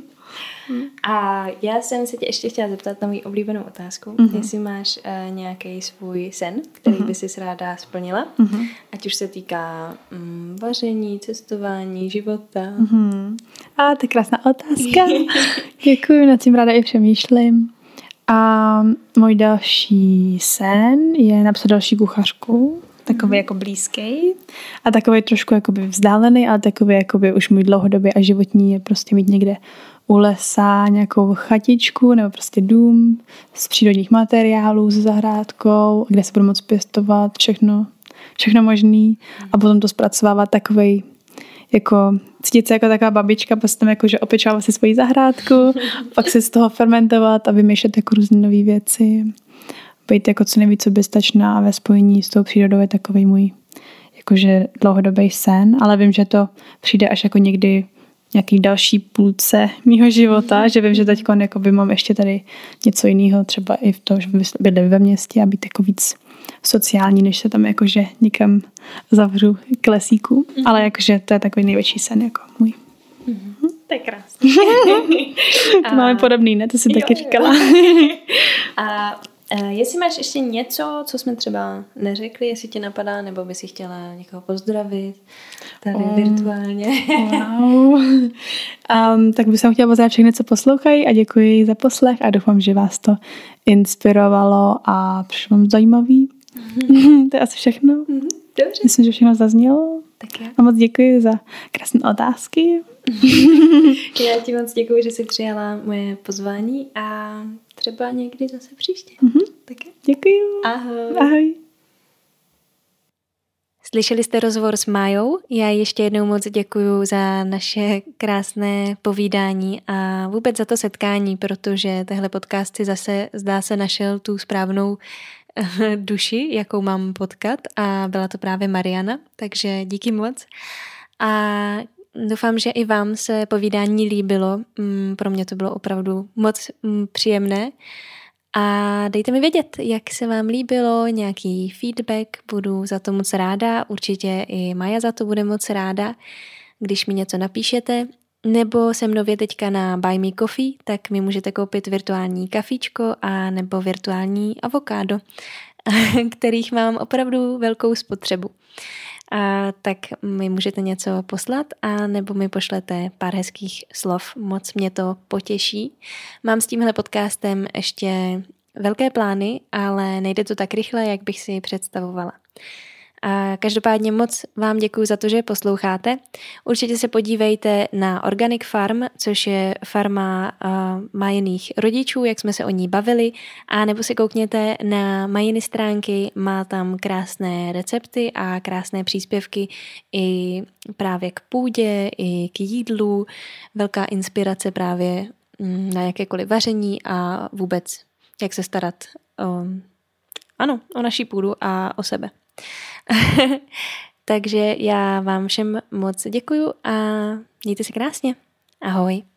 A já jsem se tě ještě chtěla zeptat na moji oblíbenou otázku, jestli máš nějaký svůj sen, který by si ráda splnila, ať už se týká vaření, cestování, života. A to je krásná otázka. Děkuji, nad tím ráda i přemýšlím. A můj další sen je napsat další kuchařku, takový jako blízký a takový trošku jakoby vzdálený, ale takový jakoby už můj dlouhodobý a životní je prostě mít někde u lesa nějakou chatičku nebo prostě dům z přírodních materiálů, s zahrádkou, kde se budu moct pěstovat všechno možný a potom to zpracovávat takovej jako cítit se jako taková babička, prostě tam jako, že opečává si svoji zahrádku, pak si z toho fermentovat a vymýšlet jako různé nové věci. Být jako co nejvíc soběstačná ve spojení s tou přírodou je takový můj jakože dlouhodobý sen, ale vím, že to přijde až jako někdy nějaký další půlce mýho života, že vím, že teď mám ještě tady něco jiného, třeba i v tom, že bydlím ve městě a být jako víc sociální, než se tam jakože někam zavřu k lesíku, ale jakože to je takový největší sen jako můj. To je krásný. To máme podobný, ne? To jsi taky říkala. A jestli máš ještě něco, co jsme třeba neřekli, jestli tě napadá, nebo by si chtěla někoho pozdravit tady virtuálně. Wow. Tak bych chtěla pozdravit všechny, co poslouchají a děkuji za poslech a doufám, že vás to inspirovalo a přišlo vám zajímavý. To je asi všechno. Dobře. Myslím, že všechno zaznělo. Tak jo. A moc děkuji za krásné otázky. Já ti moc děkuji, že jsi přijala moje pozvání a třeba někdy zase příště. Tak jo. Děkuji. Ahoj. Ahoj. Slyšeli jste rozhovor s Májou? Já ještě jednou moc děkuji za naše krásné povídání a vůbec za to setkání, protože tehle podcast si zase zdá se našel tu správnou duši, jakou mám potkat a byla to právě Mariana, takže díky moc. A doufám, že i vám se povídání líbilo. Pro mě to bylo opravdu moc příjemné. A dejte mi vědět, jak se vám líbilo, nějaký feedback, budu za to moc ráda, určitě i Maja za to bude moc ráda, když mi něco napíšete. nebo se mnou teďka na Buy Me Coffee, tak mi můžete koupit virtuální kafíčko a nebo virtuální avokádo, kterých mám opravdu velkou spotřebu. Tak mi můžete něco poslat a nebo mi pošlete pár hezkých slov. Moc mě to potěší. Mám s tímhle podcastem ještě velké plány, ale nejde to tak rychle, jak bych si představovala. A každopádně moc vám děkuji za to, že posloucháte. Určitě se podívejte na Organic Farm, což je farma Majiných rodičů, jak jsme se o ní bavili, a nebo si koukněte na Majiny stránky, má tam krásné recepty a krásné příspěvky i právě k půdě, i k jídlu, velká inspirace právě na jakékoliv vaření a vůbec jak se starat o naší půdu a o sebe. Takže já vám všem moc děkuju a mějte se krásně. Ahoj.